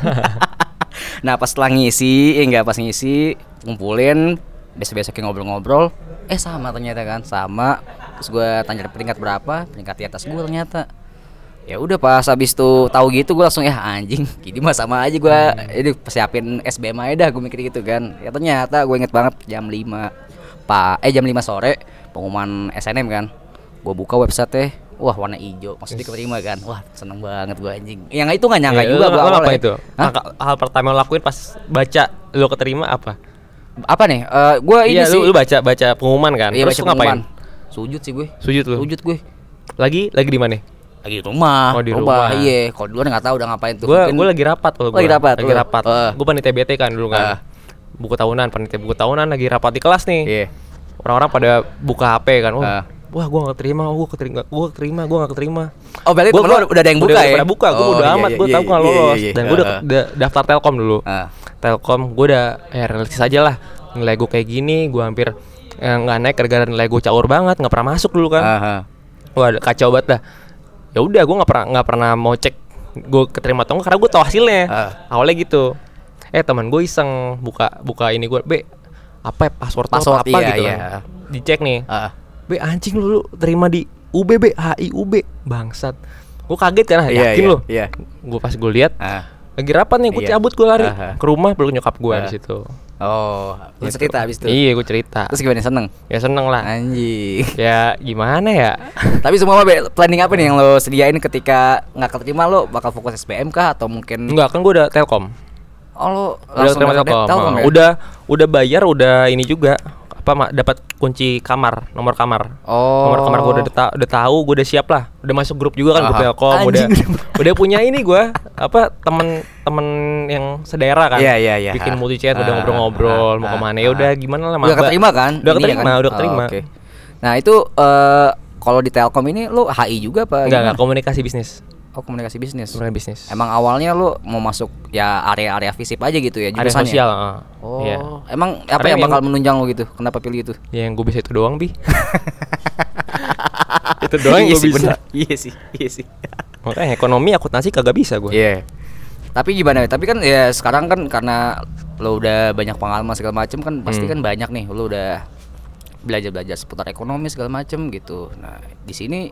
Nah pas setelah ngisi, eh enggak pas ngisi ngumpulin, besok-besoknya ngobrol-ngobrol, eh sama ternyata kan, sama. Terus gue tanya peringkat berapa, peringkat di atas gue ternyata. Ya udah pas habis tuh tahu gitu gue langsung ya anjing, gini mah sama aja gue ini persiapin S B M aja dah, gue mikir gitu kan. Ya ternyata gue inget banget jam lima Pak, eh jam lima sore pengumuman S N M kan. Gue buka website wah warna hijau, maksudnya keterima kan. Wah seneng banget gue anjing. Yang itu nggak nyangka Ya, juga lu- gue lu apa awalnya. itu? Hah? Hal, hal pertama yang lo lakuin pas baca lo keterima apa? Apa nih? Eh gue ini Iya, sih. lu, lu baca baca pengumuman kan? Iya Terus baca lu ngapain? pengumuman. Sujud sih gue. Sujud lu. Sujud gue. Lagi lagi di mana? Lagi di rumah. Oh, di rumah. Iya. Kalau di luar nggak tahu udah ngapain tuh. Gue Mungkin- gue lagi rapat kalau Oh, lagi gua. rapat, Lagi lu? rapat. Eh. Gue panitia B T kan dulu kan. Ah. Buku tahunan, panitia buku tahunan lagi rapat di kelas nih. Iya. Orang-orang pada buka H P kan. Wah, Ah. wah gue gak keterima, gue keterima, gue keterima, gue gak keterima. Oh berarti Gua- temen lu gua- udah ada yang buka udah, ya? Udah buka, gue Oh, udah iya, amat, iya, gue iya, tahu gak iya, lolos. iya, iya. Dan gue udah, Ah. udah daftar Telkom dulu. Ah. Telkom, gue udah ya realistis aja lah. Nilai gue kayak gini, gue hampir eh, nggak naik gara-gara nilai gue caur banget, nggak pernah masuk dulu kan. Aha. Wah kacau banget dah. Ya udah, gue nggak pernah nggak pernah mau cek gue keterima atau enggak karena gue tahu hasilnya. Ah. Awalnya gitu. Eh teman gue iseng buka buka ini gue, B apa ya, password, lo Password, apa iya, gitu iya. kan. Dicek nih. Ah. B anjing lu, lu terima di U B B, H I U B, bangsat. Gue kaget kan, Iya, yakin iya, lu. iya. Gue pas gue lihat Ah. lagi rapat nih, gue Iya. cabut gue lari Aha. ke rumah peluk nyokap gue Ah. di situ. Oh, lu Gitu. cerita abis itu. Iya, gue cerita. Terus gimana, seneng? Ya seneng lah. Anjing. Ya gimana ya? Tapi semua mah Be, planning apa nih yang lo sediain ketika nggak keterima, lo bakal fokus S B M kah atau mungkin Enggak, kan gue udah Telkom. oh lo Udah langsung terima daftar Telkom. Telkom Ah, ya? Udah udah bayar, udah ini juga apa ma- dapat kunci kamar, nomor kamar. Oh. Nomor kamar gue udah ta- udah tahu, gue udah siap lah. Udah masuk grup juga kan, grup Aha. Telkom, udah Anjing. udah punya ini gue apa temen-temen yang sedaerah kan. Iya, iya, iya. Bikin Ha. multi chat, udah Ah, ngobrol-ngobrol, ah, mau ah, kemana ya ah. udah gimana lah. Udah maba. keterima kan? Udah Ininya keterima, kan? udah Oh, keterima. oke. Nah itu eh, kalau di Telkom ini lu H I juga apa? Enggak, gimana? enggak komunikasi bisnis. Oh komunikasi bisnis. Komunikasi bisnis. Emang awalnya lu mau masuk ya area-area visip aja gitu ya Area jurusannya? sosial, heeh. Oh. Iya. Emang apa Karena yang bakal yang- menunjang lo gitu? Kenapa pilih itu? Ya yang gue bisa itu doang, Bi. Itu doang yang Iya gue sih, bisa. bener. Iya sih, iya sih. Makanya ekonomi akuntansi kagak bisa gue. Iya. Tapi gimana? Tapi kan ya sekarang kan karena lo udah banyak pengalaman segala macem kan pasti Hmm. kan banyak nih lo udah belajar-belajar seputar ekonomi segala macem gitu. Nah di sini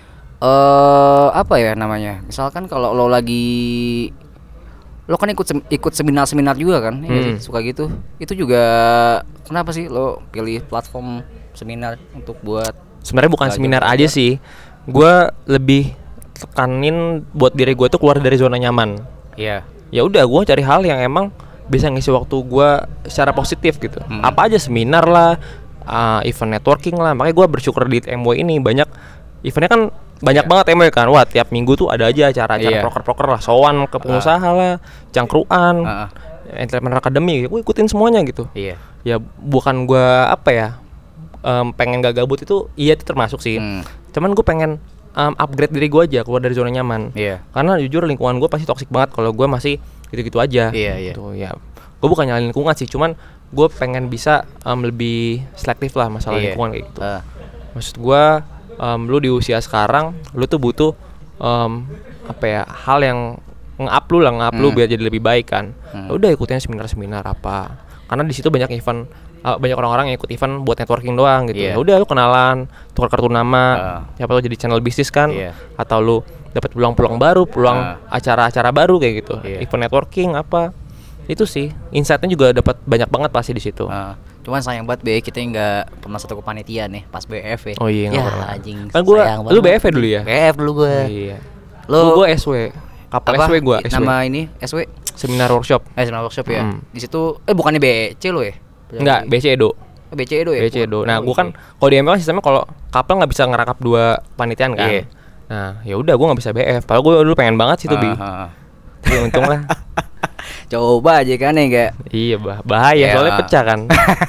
eh apa ya namanya? Misalkan kalau lo lagi lo kan ikut sem- ikut seminar-seminar juga kan? Iya sih, Hmm. suka gitu. Itu juga kenapa sih lo pilih platform seminar untuk buat Sebenarnya bukan belajar seminar belajar? aja sih. Gue lebih tekanin buat diri gue tuh keluar dari zona nyaman. Iya. Ya udah, gue cari hal yang emang bisa ngisi waktu gue secara positif gitu. Hmm. Apa aja seminar lah, uh, event networking lah. Makanya gue bersyukur di M W ini banyak eventnya kan banyak Iya. banget M W kan. Wah tiap minggu tuh ada aja acara-acara Iya. proker-proker lah, sowan ke pengusaha lah, cangkruan, Ah, ah. entrepreneur academy. Gue ikutin semuanya gitu. Iya. Ya bukan gue apa ya, em, pengen gak gabut itu iya itu termasuk sih. Hmm. Cuman gue pengen em, upgrade diri gue aja, keluar dari zona nyaman. Iya. Karena jujur lingkungan gue pasti toksik banget kalau gue masih gitu-gitu aja. Iya, iya. Gitu, ya. Gue bukan nyalain lingkungan sih, cuman gue pengen bisa em, lebih selektif lah masalah Iya. lingkungan kayak gitu. Ah. Maksud gue, em, lu di usia sekarang, lu tuh butuh em, apa ya, hal yang nge-up lu lah, nge-up lu Hmm. biar jadi lebih baik kan. Hmm. Ya udah ikutin seminar-seminar apa. Karena di situ banyak event, uh, banyak orang-orang yang ikut event buat networking doang gitu. Iya. Ya udah lu kenalan, tukar kartu nama, Ah. siapa tahu jadi channel bisnis kan, Iya. atau lu dapat peluang-peluang baru, peluang Ah. acara-acara baru kayak gitu. Iya. Event networking apa. Itu sih, insight-nya juga dapat banyak banget pasti di situ. Ah, cuman sayang banget be kita nggak pernah satu kepanitiaan nih pas B F ya. Oh iya, nggak ya, pernah. anjing. Kan gua- sayang lu banget. B F ya dulu ya? B F dulu gue. Iya. Lo Gue S W, kapal S W gue, S W. Nama ini S W. Seminar workshop. Eh seminar workshop ya. Hmm. Di situ eh bukannya B C lo ya? Enggak, B C Edo. B C Edo ya. B C Edo. Nah, Oh, gua kan oke. kalau di M L kan sistemnya kalau kapal nggak bisa ngerangkap dua panitian kan. Iya. Nah, ya udah gua nggak bisa B F. Padahal gua dulu pengen banget sih tuh, Bi. Ah, ah, ah. Tapi untung lah. Coba aja kan ya enggak. Iya, bah bahaya Ya. soalnya pecah kan.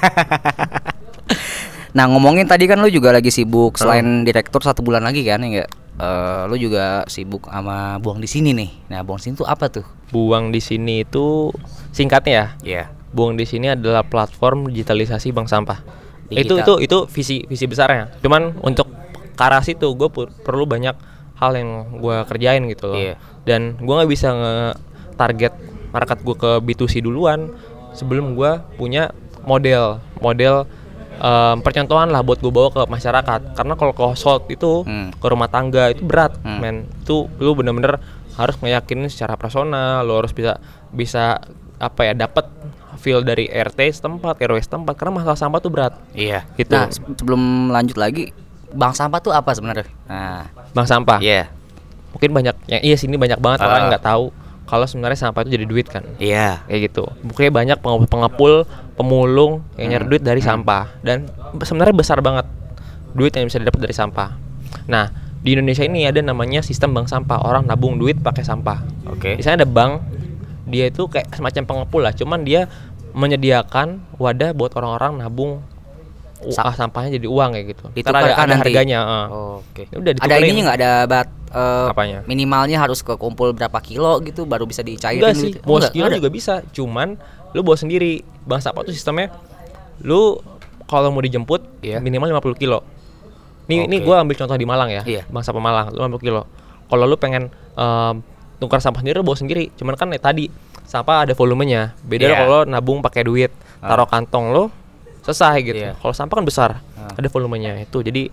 Nah ngomongin tadi kan lu juga lagi sibuk selain direktur satu bulan lagi kan ya enggak? Eh, lu juga sibuk sama buang di sini nih. Nah buang di sini tuh apa tuh? Buang di sini itu singkatnya ya. Iya. Buang di sini adalah platform digitalisasi bank sampah. Itu Digital. itu itu visi visi besarnya. Cuman untuk ke arah situ gue perlu banyak hal yang gua kerjain gitu loh. Iya. Dan gua nggak bisa nge-target market gue ke B to C duluan sebelum gua punya model model em, percontohan lah buat gue bawa ke masyarakat. Karena kalau ke household itu Hmm. ke rumah tangga itu berat, Hmm. men. Itu lu bener-bener harus meyakinin secara personal, lu harus bisa bisa apa ya dapat feel dari R T setempat, R W setempat karena masalah sampah tuh berat. Iya. Gitu. Nah se- sebelum lanjut lagi, bank sampah tuh apa sebenarnya? Nah, Bank sampah. iya, Mungkin banyak yang iya sini banyak banget Ah. orang yang nggak tahu kalau sebenarnya sampah itu jadi duit kan. iya, Kayak gitu. Mungkin banyak pengepul, pengepul pemulung yang nyari Hmm. duit dari sampah dan be- sebenarnya besar banget duit yang bisa didapat dari sampah. Nah, di Indonesia ini ada namanya sistem bank sampah. Orang nabung duit pakai sampah. oke. Di sana ada bank, dia itu kayak semacam pengepul lah, cuman dia menyediakan wadah buat orang-orang nabung u- Sa- ah, sampahnya jadi uang kayak gitu. Ntar ada, Ditukarkan ada nanti? harganya. eh. Oke. Ya udah Ada ditukerin. ininya nggak ada bat eh, Apanya? minimalnya harus kekumpul berapa kilo gitu baru bisa dicairin Enggak sih, gitu. mau Enggak, sekilo ada? juga bisa. Cuman lu bawa sendiri. Bank sampah tuh sistemnya lu kalau mau dijemput Iya. minimal lima puluh kilo. Nih ini Oke. gua ambil contoh di Malang ya. Iya. Bank sampah Malang, lima puluh kilo. Kalau lu pengen em, tukar sampah sendiri lu bawa sendiri. Cuman kan ya tadi sampah ada volumenya. Beda Iya. kalau nabung pakai duit, taruh kantong lo selesai gitu. Iya. Kalau sampah kan besar, Ah. ada volumenya itu. Jadi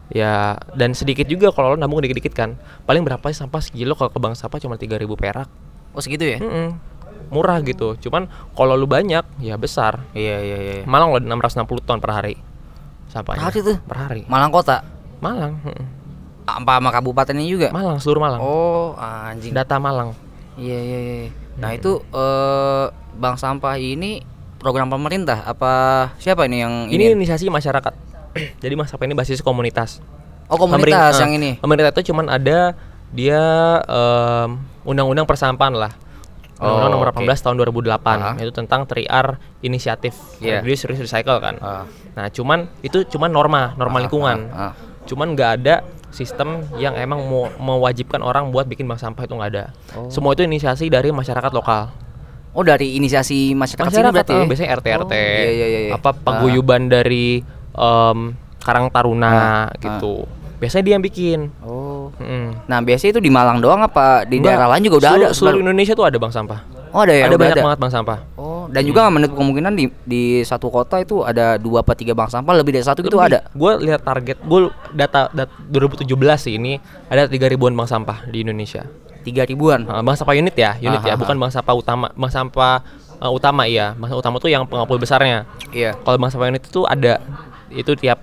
ya dan sedikit juga kalau lo nabung dikit-dikit kan. Paling berapa sih sampah sekilo kalau ke bank sampah cuma tiga ribu perak. Oh segitu ya? Mm-mm. Murah gitu. Cuman kalau lu banyak ya besar. Iya iya iya. Malang lo enam ratus enam puluh ton per hari sampahnya. Per hari tuh? Per hari. Malang kota. Malang. mm-mm. Apa sama kabupatennya juga? Malang seluruh Malang. Oh anjing. Data Malang. Iya iya iya. Nah Hmm. itu eh bank sampah ini program pemerintah apa siapa ini yang Ini ini? inisiasi masyarakat. Jadi Bang Sampah ini basis komunitas. Oh, komunitas Pemerin- yang eh, ini. Pemerintah itu cuman ada dia em, undang-undang persampahan lah. Undang-undang Oh, nomor oke. delapan belas tahun dua ribu delapan Ah. itu tentang tiga R inisiatif Iya. reduce, reuse, recycle kan. Ah. Nah, cuman itu cuman norma, norma Ah, lingkungan. ah, ah. Cuman nggak ada sistem yang emang mau mewajibkan orang buat bikin bank sampah, itu nggak ada. Oh. Semua itu inisiasi dari masyarakat lokal. Oh, dari inisiasi masyarakat, sini Masyarakat berarti eh, ya? biasanya R T R T. Oh, iya, iya, iya, iya. Apa paguyuban dari em, Karang Taruna Ah, gitu. Biasanya dia yang bikin. Oh. Mm. Nah, biasanya itu di Malang doang apa di Enggak, daerah lain juga udah seluruh, ada? seluruh sebenarnya? Indonesia tuh ada bank sampah. Oh, ada ya? ada udah banyak ada. banget bank sampah. Oh, dan juga nggak menutup kemungkinan di di satu kota itu ada dua apa tiga bank sampah, lebih dari satu gitu ada. Gue lihat target, gue data, data dua ribu tujuh belas sih ini ada tiga ribuan bank sampah di Indonesia. Tiga ribuan. Uh, bank sampah unit ya, unit Ah, ya, ah, bukan bank sampah utama. Bank sampah uh, utama iya, bank sampah utama tuh yang pengapul besarnya. Iya. Kalau bank sampah unit itu ada, itu tiap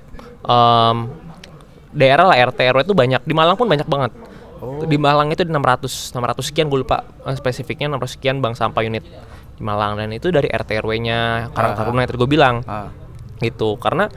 um, daerah lah R T R W itu banyak. Di Malang pun banyak banget. Oh. Di Malang itu enam ratus sekian, gue lupa uh, spesifiknya, enam ratus sekian bank sampah unit di Malang, dan itu dari R T R W-nya Karang Ah, Taruna yang tadi gue bilang. Ah. Gitu, karena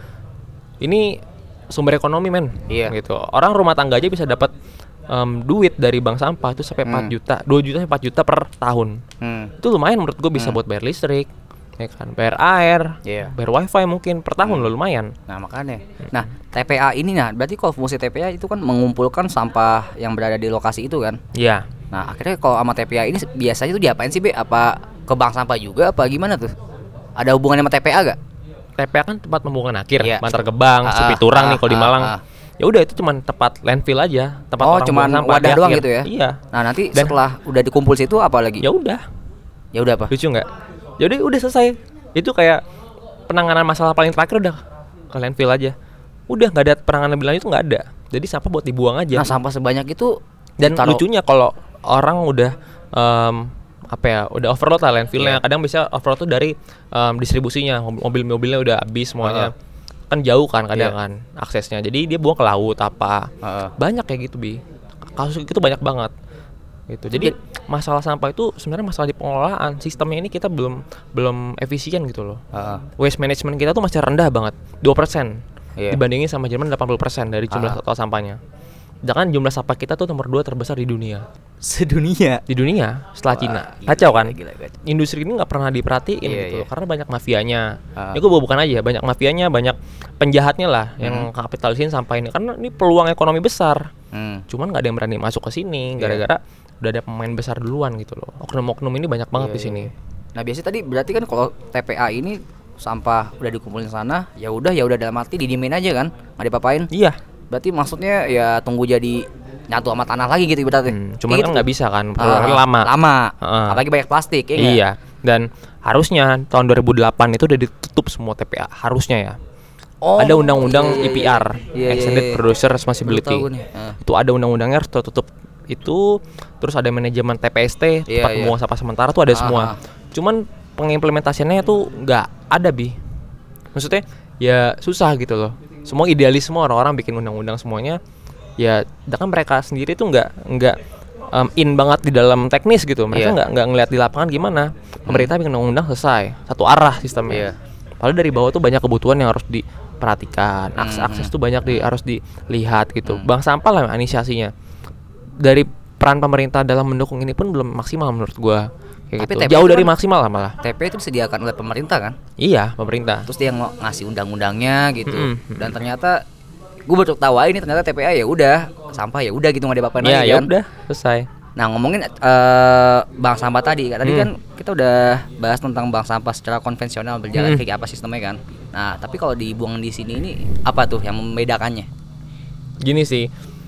ini sumber ekonomi men. Iya. Gitu. Orang rumah tangga aja bisa dapat um, duit dari bank sampah itu sampai empat Hmm. juta, dua juta sampai empat juta per tahun. Hmm. Itu lumayan menurut gue, bisa Hmm. buat bayar listrik, ya kan, bayar air, Iya. bayar wifi mungkin per tahun Hmm. loh, lumayan. Nah, makanya. Nah, T P A ini nah, berarti kalau fungsi T P A itu kan mengumpulkan sampah yang berada di lokasi itu kan. Iya. Nah, akhirnya kalau sama T P A ini biasanya tuh diapain sih, Be? Apa ke bank sampah juga apa gimana tuh? Ada hubungannya sama T P A gak? T P A kan tempat pembuangan akhir, Iya. Bantar Gebang, Ah, Supiturang ah, nih kalau di ah, Malang. ah. Ya udah itu cuman tempat landfill aja, tempat Oh, orang cuman buang sampah wadah di doang akhir. gitu ya? Iya. Nah, nanti Dan- setelah udah dikumpul situ apa lagi? Ya udah. Ya udah apa? Lucu nggak? Jadi udah selesai. Itu kayak penanganan masalah paling terakhir udah ke landfill aja. Udah nggak ada penanganan lebih lanjut, itu nggak ada. Jadi sampah buat dibuang aja. Nah, sampah sebanyak itu Dan ditaruh- lucunya kalau orang udah em, apa ya, udah overload lah landfillnya. Iya. Kadang bisa overload tuh dari em, distribusinya, mobil- mobil-mobilnya udah habis semuanya. Kan jauh kan kadang Iya. kan aksesnya. Jadi dia buang ke laut apa. Heeh. Banyak kayak gitu, Bi. Kasus itu banyak banget. Gitu. Jadi masalah sampah itu sebenarnya masalah di pengelolaan. Sistemnya ini kita belum belum efisien gitu loh. Heeh. Waste management kita tuh masih rendah banget, dua persen. Iya. Dibandingin sama Jerman delapan puluh persen dari jumlah Ah. total sampahnya. Jangan jumlah sampah kita tuh nomor dua terbesar di dunia. Sedunia. Di dunia setelah Wah, Cina. gila, Kacau kan? gila, gila, kacau. Industri ini nggak pernah diperhatiin Iya, gitu iya. loh, karena banyak mafianya. Ah. Ya gue bukan aja, banyak mafianya, banyak penjahatnya lah yang Hmm. kapitalisin sampah ini. Karena ini peluang ekonomi besar. Hmm. Cuman nggak ada yang berani masuk ke sini Iya. gara-gara udah ada pemain besar duluan gitu loh. Oknum-oknum ini banyak banget Iya, di sini. iya. Nah, biasanya tadi berarti kan kalau T P A ini sampah udah dikumpulin sana, ya udah ya udah dalam arti didiemin aja kan, nggak diapa-apain. Iya. Berarti maksudnya ya tunggu jadi nyatu sama tanah lagi gitu berarti. Hmm, Kayak cuman gitu kan tuh. nggak bisa kan, Ah, prosesnya lama. Lama. Heeh. Apalagi banyak plastik, ya nggak? Iya. Dan harusnya tahun dua ribu delapan itu udah ditutup semua T P A, harusnya ya. Oh, Ada undang-undang iya, iya, E P R, iya, iya, Extended iya. Producer Baru Responsibility. tahu nih. Ah. Itu ada undang-undangnya harus tertutup itu, terus ada manajemen T P S T, Iya, tempat iya. pembuangan sampah sementara tuh ada Ah, semua. ah. Cuman pengimplementasiannya tuh nggak ada, Bi. Maksudnya ya susah gitu loh. Semua idealisme orang-orang bikin undang-undang semuanya. Ya, sedangkan mereka sendiri tuh nggak nggak um, in banget di dalam teknis gitu. Mereka Iya. nggak nggak ngeliat di lapangan gimana. Pemerintah bikin undang-undang selesai, satu arah sistemnya. Iya. Padahal dari bawah tuh banyak kebutuhan yang harus diperhatikan. Akses, Hmm, akses hmm. tuh banyak di harus dilihat gitu. Hmm. Bank sampah lah inisiasinya. Dari peran pemerintah dalam mendukung ini pun belum maksimal menurut gua. Kayak Tapi gitu. T P Jauh itu dari kan- maksimal lah malah. T P itu disediakan oleh pemerintah kan? Iya, pemerintah. Terus dia ng- ngasih undang-undangnya gitu. Mm-mm, mm-mm. Dan ternyata gue baru tahu aja ini ternyata T P A ya udah sampah ya udah gitu nggak ada apa-apain Iya, lagi ya kan. udah, selesai. Nah, ngomongin eh, bank sampah tadi, tadi Hmm. kan kita udah bahas tentang bank sampah secara konvensional berjalan Hmm. kayak apa sistemnya kan. Nah, tapi kalau dibuang di sini ini apa tuh yang membedakannya? Gini sih.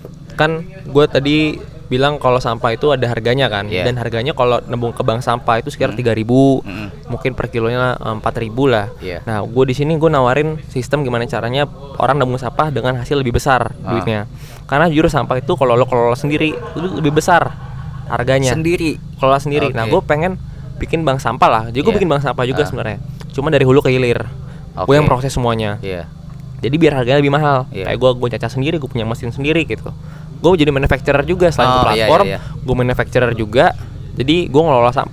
Kan gue tadi bilang kalau sampah itu ada harganya kan. Iya. Dan harganya kalau nembung ke bank sampah itu sekitar Hmm. tiga ribu. Mm-mm. Mungkin per kilonya empat ribu lah. Iya. Nah, gue di sini gue nawarin sistem gimana caranya orang nabung sampah dengan hasil lebih besar Ah. duitnya. Karena jujur sampah itu kalau lo kelola sendiri itu lebih besar harganya. Sendiri. Kelola sendiri. Nah, Oke. gue pengen bikin bank sampah lah. Jadi gue Iya. bikin bank sampah juga Ah. sebenarnya. Cuma dari hulu ke hilir. Oke. Gue yang proses semuanya. Iya. Jadi biar harganya lebih mahal. Iya. Kayak gue gue caca sendiri, gue punya mesin sendiri gitu. Gue jadi manufacturer juga selain Oh, ke iya, platform, iya, iya. gue manufacturer juga. Jadi gue ngelola sampah.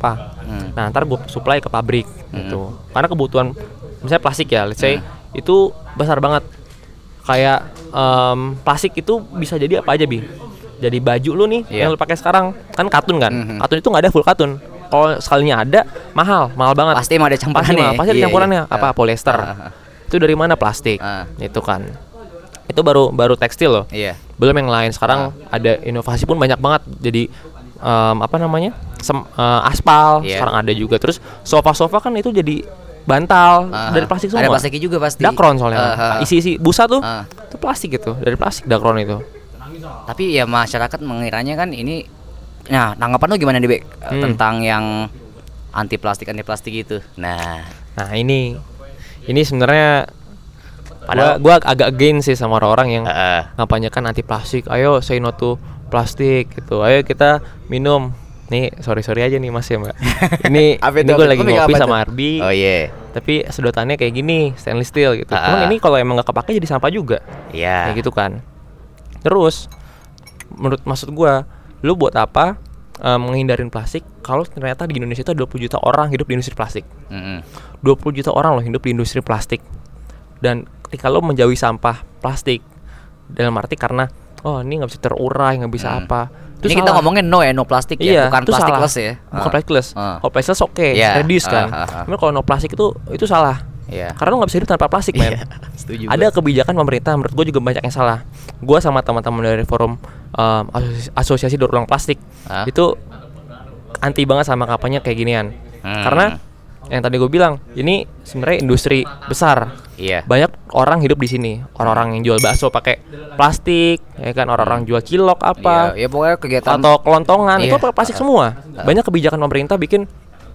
hmm. Nah ntar gue supply ke pabrik hmm. gitu. Karena kebutuhan misalnya plastik ya, let's say hmm. itu besar banget. Kayak um, plastik itu bisa jadi apa aja Bi. Jadi baju lu nih yeah. yang lu pakai sekarang kan katun kan, mm-hmm. katun itu nggak ada full katun. Kalau sekalinya ada mahal, mahal banget. Pasti ada campurannya. Pasti, pasti ada yeah, campurannya. Yeah. Apa uh, polyester? Uh, uh. Itu dari mana plastik? Uh. Itu kan. Itu baru baru tekstil loh. Yeah. Belum yang lain. Sekarang uh. ada inovasi pun banyak banget. Jadi um, apa namanya? Sem, uh, aspal. Yeah. Sekarang ada juga. Terus sofa-sofa kan itu jadi bantal uh, dari plastik semua. Ada plastiknya juga pasti. Dakron soalnya. Uh, uh. Isi-isi busa tuh. Uh. Itu plastik gitu. Dari plastik dakron itu. Tapi ya masyarakat mengiranya kan ini. Nah, tanggapan lu gimana nih, Bek? Hmm. Tentang yang anti plastik anti plastik itu. Nah, nah ini ini sebenarnya padahal gua, gua agak against sih sama orang-orang yang uh. ngampanyekan anti plastik. Ayo say no to plastik gitu. Ayo kita minum. Nih, sorry-sorry aja nih Mas ya, Mbak. Ini ini gue lagi ngopi sama Arbi. Oh iya. Yeah. Tapi sedotannya kayak gini, stainless steel gitu. Uh. Cuman ini kalau emang enggak kepake jadi sampah juga. Iya. Yeah. Kayak gitu kan. Terus menurut maksud gua, lu buat apa um, menghindarin plastik kalau ternyata di Indonesia itu dua puluh juta orang hidup di industri plastik. Mm-hmm. dua puluh juta orang loh hidup di industri plastik. Dan ketika lo menjauhi sampah plastik dalam arti karena oh ini nggak bisa terurai, nggak bisa mm. apa. Itu ini salah. Kita ngomongin no ya, no plastik iya, ya, bukan plastikless ya. Bukan uh. plastikless. Uh. Kalau plastikless oke, okay, yeah. reduce kan. Uh, uh, uh. Tapi kalau no plastik itu itu salah. Yeah. Karena lo nggak bisa hidup tanpa plastik, men. Yeah, setuju. Ada kebijakan pemerintah, menurut gue juga banyak yang salah. Gue sama teman-teman dari forum um, asosiasi, asosiasi daur ulang plastik huh? itu anti banget sama kampanye kayak ginian. Hmm. Karena yang tadi gue bilang, ini sebenarnya industri besar. Yeah. Banyak orang hidup di sini. Orang-orang yang jual bakso pakai plastik, ya kan. Orang-orang jual cilok apa? Yeah, ya pokoknya kegiatan atau kelontongan yeah. itu pakai plastik uh, semua. Uh. Banyak kebijakan pemerintah bikin,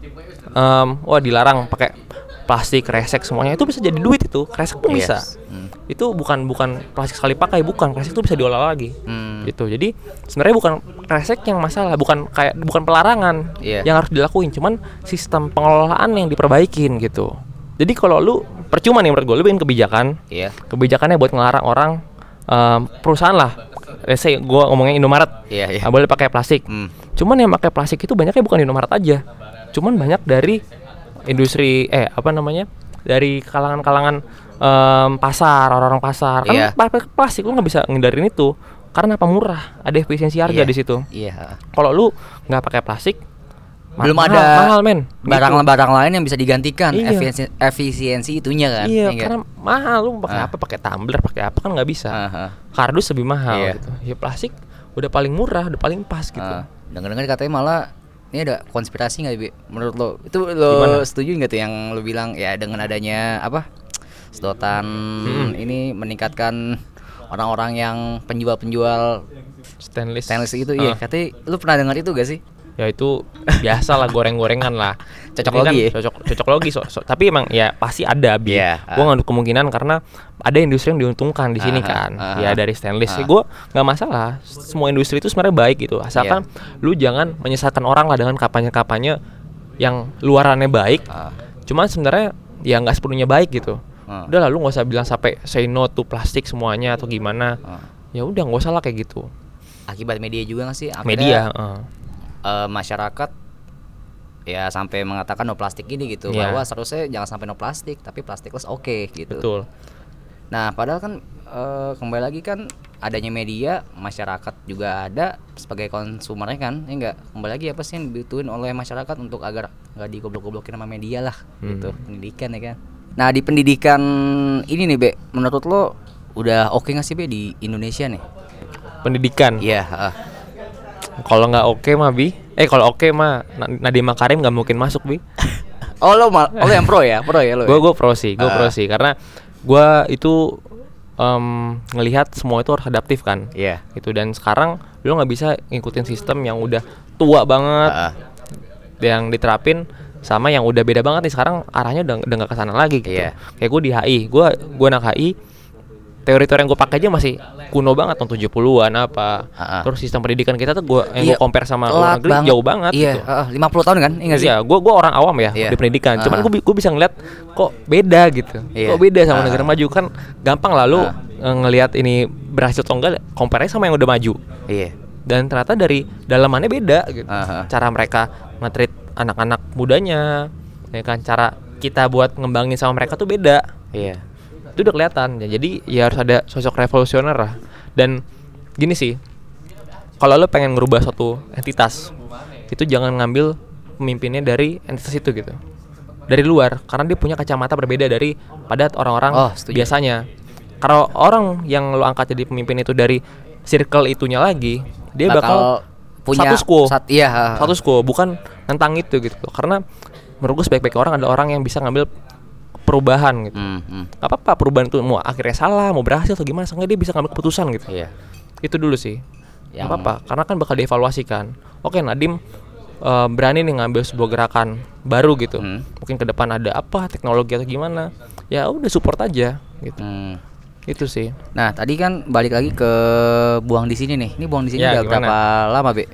um, wah dilarang pakai plastik, kresek semuanya itu bisa jadi duit itu. Kresek pun yes. bisa. Hmm. Itu bukan bukan plastik sekali pakai, bukan. Kresek itu bisa diolah lagi. Hmm. Gitu. Jadi sebenarnya bukan kresek yang masalah, bukan kayak bukan pelarangan yeah. yang harus dilakuin, cuman sistem pengelolaan yang diperbaikin gitu. Jadi kalau lu percuma nih menurut gue, lu bikin kebijakan. Yeah. Kebijakannya buat ngelarang orang um, perusahaan lah. Let's say gue ngomongin Indomaret. Yeah, yeah. Nah, boleh pakai plastik. Hmm. Cuman yang pakai plastik itu banyaknya bukan Indomaret aja. Cuman banyak dari industri eh apa namanya dari kalangan-kalangan um, pasar, orang-orang pasar kan yeah. pakai plastik, lu nggak bisa ngindarin itu karena apa? Murah, ada efisiensi harga yeah. di situ. Iya. Yeah. Kalau lu nggak pakai plastik belum mahal, ada mahal men barang-barang lain yang bisa digantikan. Iya. efisiensi efisiensi itunya kan. Iya, ya karena enggak? Mahal, lu pakai uh. apa? Pakai tumbler, pakai apa kan nggak bisa. Uh-huh. Kardus lebih mahal yeah. gitu. Ya plastik udah paling murah, udah paling pas gitu. Uh. Dengar-dengar katanya malah ini ada konspirasi nggak, Bi? Menurut lo itu lo gimana? Setuju nggak tuh yang lo bilang ya dengan adanya apa sedotan hmm. ini meningkatkan orang-orang yang penjual-penjual stainless stainless itu, uh. iya katanya lo pernah dengar itu gak sih? Ya itu biasa lah, goreng-gorengan lah. Cocok logi, kan ya? cocok cocok logi. So, so, tapi emang ya pasti ada, Bi. Yeah, uh. Gue nggak kemungkinan karena ada industri yang diuntungkan di sini uh, kan. Uh, ya dari stainless. Uh. Gue nggak masalah. Semua industri itu sebenarnya baik gitu. Asalkan yeah. lu jangan menyesatkan orang lah dengan kampanye-kampanye yang luarannya baik. Uh. Cuman sebenarnya ya nggak sepenuhnya baik gitu. Uh. Udah lah, lu nggak usah bilang sampai say no to plastik semuanya atau gimana. Uh. Ya udah nggak usah lah kayak gitu. Akibat media juga nggak sih? Akhirnya media. Uh. Uh, masyarakat ya sampai mengatakan no plastik ini gitu, yeah. bahwa seharusnya jangan sampai no plastik tapi plastikless oke okay, gitu. Betul. Nah padahal kan uh, kembali lagi kan adanya media, masyarakat juga ada sebagai konsumernya kan, ya enggak, kembali lagi apa sih yang dibutuhin oleh masyarakat untuk agar nggak digoblok-goblokin sama media lah hmm. gitu, pendidikan ya kan. Nah di pendidikan ini nih, Be, menurut lo udah oke okay nggak sih, Be, di Indonesia nih pendidikan? Iya. Yeah, uh. Kalau nggak oke okay, mah, Bi. Eh kalau oke okay, mah Nadiem Makarim nggak mungkin masuk, Bi. Oh lo mal, oh lo yang pro ya, pro ya lo. Gue gue pro sih, gue uh. pro sih karena gue itu um, ngelihat semua itu harus adaptif kan. Iya. Yeah. Gitu, dan sekarang lo nggak bisa ngikutin sistem yang udah tua banget, uh. yang diterapin sama yang udah beda banget nih. Sekarang arahnya udah udah nggak kesana lagi gitu. Yeah. Kayak gue di H I, gue gue anak H I. Teori-teori yang gue pakai aja masih kuno banget tahun tujuh puluhan apa. Uh-uh. Terus sistem pendidikan kita tuh gue yang iya, gue compare sama luar negeri jauh banget iya, gitu. Uh, lima puluh tahun kan? Enggak sih? Iya, gue gue orang awam ya iya. di pendidikan. Uh-huh. Cuman gue gue bisa ngeliat kok beda gitu. Iya. Kok beda sama uh-huh. negara maju kan gampang lah lu uh-huh. ngelihat ini berhasil atau enggak compare sama yang udah maju. Iya. Dan ternyata dari dalamannya beda gitu. Uh-huh. Cara mereka nge-treat anak-anak mudanya, ya kan, cara kita buat ngembangin sama mereka tuh beda. Iya. Itu udah kelihatan ya. Jadi ya harus ada sosok revolusioner lah. Dan gini sih, kalau lo pengen ngerubah suatu entitas, itu jangan ngambil pemimpinnya dari entitas itu gitu, dari luar, karena dia punya kacamata berbeda dari pada orang-orang Oh, biasanya. Kalau orang yang lo angkat jadi pemimpin itu dari circle itunya lagi, dia bakal, punya status quo. Sat, iya. status quo, bukan tentang itu gitu. Karena menurut gue sebaik-baik orang adalah orang yang bisa ngambil perubahan gitu. Hmm, hmm. Gak apa-apa perubahan itu mau akhirnya salah, mau berhasil atau gimana, seenggaknya dia bisa ngambil keputusan gitu. Iya. Itu dulu sih. Gak Yang- apa-apa, karena kan bakal dievaluasi kan. Oke, Nadiem uh, berani nih ngambil sebuah gerakan baru gitu. Hmm. Mungkin ke depan ada apa, teknologi atau gimana. Ya udah support aja gitu. Hmm. Itu sih. Nah, tadi kan balik lagi ke buang di sini nih. Ini buang di sini Ya, udah gimana? berapa lama, Be?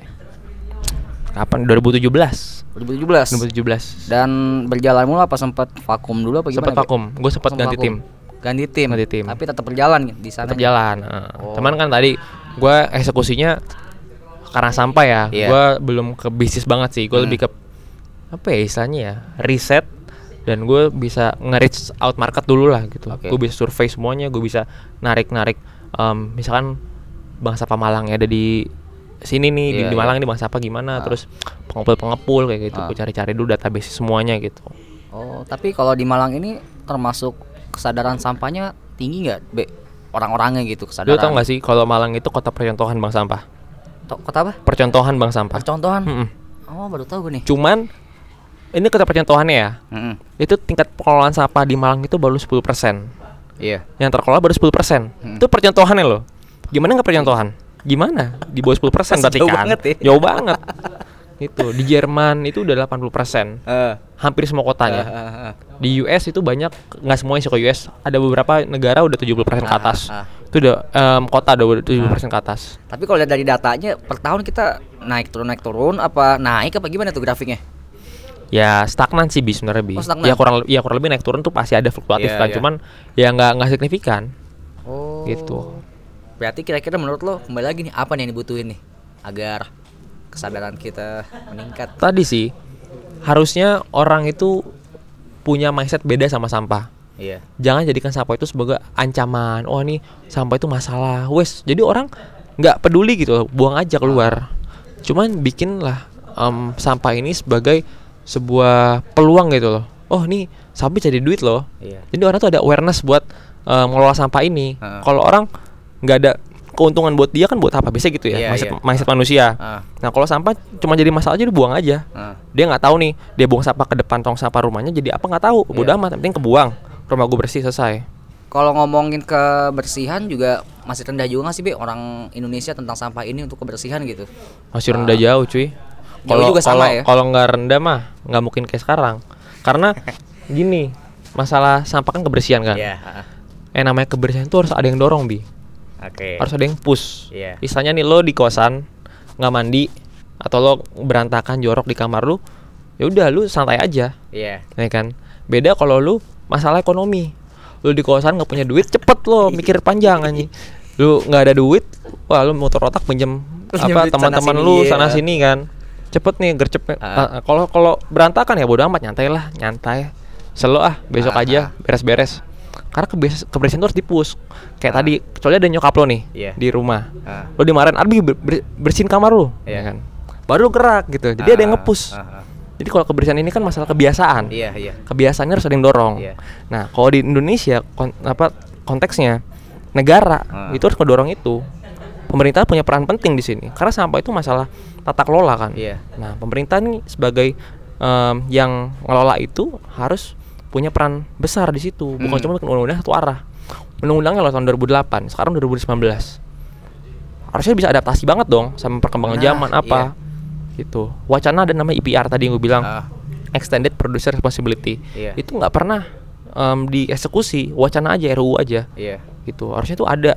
Kapan? dua ribu tujuh belas. dua ribu tujuh belas. dua ribu tujuh belas. Dan berjalan mulu apa sempat vakum dulu apa gimana? Sempat Be? vakum. Gue sempat Sempat ganti vakum. tim. Ganti tim. Ganti tim. Tapi tetap berjalan di sana. Tetap jalan. Uh. Oh. Cuman kan tadi gue eksekusinya karena sampah ya. Iya. Gue belum ke bisnis banget sih. Gue Hmm. lebih ke apa ya istilahnya ya, riset, dan gue bisa nge-reach out market dulu lah gitu. Oke. Gue bisa survei semuanya, gue bisa narik-narik um, misalkan Bank Sampah Malang yang ada di sini nih, di, Iya, di iya. Malang nih Bank Sampah gimana, Ah. terus pengepul-pengepul kayak gitu. Ah. Gue cari-cari dulu database semuanya gitu. Oh, tapi kalau di Malang ini termasuk kesadaran sampahnya tinggi nggak, Be? Orang-orangnya gitu Lu kesadaran. tau gak sih kalau Malang itu kota percontohan bank sampah? To- Kota apa? Percontohan bank sampah. Percontohan. Mm-mm. Oh, baru tahu gue nih. Cuman ini kota percontohannya ya, Mm-mm. itu tingkat pengelolaan sampah di Malang itu baru sepuluh persen. Iya. Yang terkelola baru sepuluh persen. Hmm. Itu percontohannya loh. Gimana nggak percontohan? Gimana? Di bawah sepuluh persen berarti Jauh kan? banget ya. Jauh banget. Itu di Jerman itu udah delapan puluh persen. Eh. Hampir semua kotanya. Eh, eh, eh. Di U S itu banyak, nggak semuanya sih ke U S. Ada beberapa negara udah tujuh puluh persen ke Ah, atas. ah. Itu udah em, kota udah tujuh puluh persen ke atas. Tapi kalau lihat dari datanya per tahun kita naik turun naik turun apa naik apa gimana tuh grafiknya? Ya stagnan sih bis sebenarnya bis. Oh, stagnan. Ya kurang ya kurang lebih naik turun tuh pasti ada fluktuatif Iya, kan. iya. Cuman ya nggak nggak signifikan. Oh. Gitu. Berarti kira-kira menurut lo kembali lagi nih apa nih yang dibutuhin nih agar kesadaran kita meningkat? Tadi sih harusnya orang itu punya mindset beda sama sampah. Iya. Jangan jadikan sampah itu sebagai ancaman. Oh ini sampah itu masalah. Wes, jadi orang nggak peduli gitu, loh, buang aja keluar. Cuman bikinlah em, sampah ini sebagai sebuah peluang gitu loh. Oh nih sampah jadi duit loh. Iya. Jadi orang tuh ada awareness buat em, ngelola sampah ini. Heeh. Kalau orang nggak ada keuntungan buat dia kan buat apa? Biasa gitu ya, Iya, mindset, iya. mindset manusia. Ah. Nah kalau sampah cuma jadi masalah aja, dibuang aja. Ah. Dia nggak tahu nih, dia buang sampah ke depan tong sampah rumahnya jadi apa nggak tahu. Bodoh Iya. amat, yang penting kebuang. Rumah gue bersih selesai. Kalau ngomongin kebersihan juga masih rendah juga nggak sih, Be, orang Indonesia tentang sampah ini untuk kebersihan gitu? Masih rendah jauh cuy. Jauh juga sama kalau ya? kalau nggak rendah mah nggak mungkin kayak sekarang. Karena gini, masalah sampah kan kebersihan kan. Iya. Eh namanya kebersihan itu harus ada yang dorong bi, Oke. harus ada yang push. Iya. Misalnya nih lo di kosan nggak mandi atau lo berantakan jorok di kamar lu, ya udah lu santai aja, Iya. ya kan. Beda kalau lu masalah ekonomi, lu di kosan nggak punya duit, cepet lo mikir panjang anjing. Lu nggak ada duit, wah lu motor otak pinjem Pinjem apa duit teman-teman sana lu sini, sana iya. sini kan, cepet nih gercep. Ah. Ah, kalau kalau berantakan ya bodo amat, nyantai lah, nyantai. Selo ah besok Ah, aja ah. beres-beres. Karena kebias- kebersihan itu harus dipus. Kayak Ah. tadi, kecuali ada nyokap lo nih Iya. di rumah. Ah. Lo dimarahin, Arbi ber- ber- bersihin kamar lu, Iya. ya kan. Baru gerak gitu. Jadi ada yang Ah, ngepush. ah, ah. Jadi kalau kebersihan ini kan masalah kebiasaan. Iya, iya. Kebiasaannya harus ada yang dorong. Iya. Nah, kalau di Indonesia kon- apa konteksnya negara Ah. itu harus ngedorong itu. Pemerintah punya peran penting di sini karena sampah itu masalah tata kelola kan. Iya. Nah, pemerintah nih sebagai em, yang ngelola itu harus punya peran besar di situ, bukan Hmm. cuma bikin undang-undang satu arah. Undang-undangnya loh tahun dua ribu delapan, sekarang dua ribu sembilan belas. Harusnya bisa adaptasi banget dong sama perkembangan Nah, zaman apa. Gitu. Wacana ada namanya I P R tadi yang gue bilang. Ah. Extended Producer Responsibility. Iya. Itu nggak pernah em, dieksekusi, wacana aja, R U U aja. Iya. Gitu. Harusnya itu ada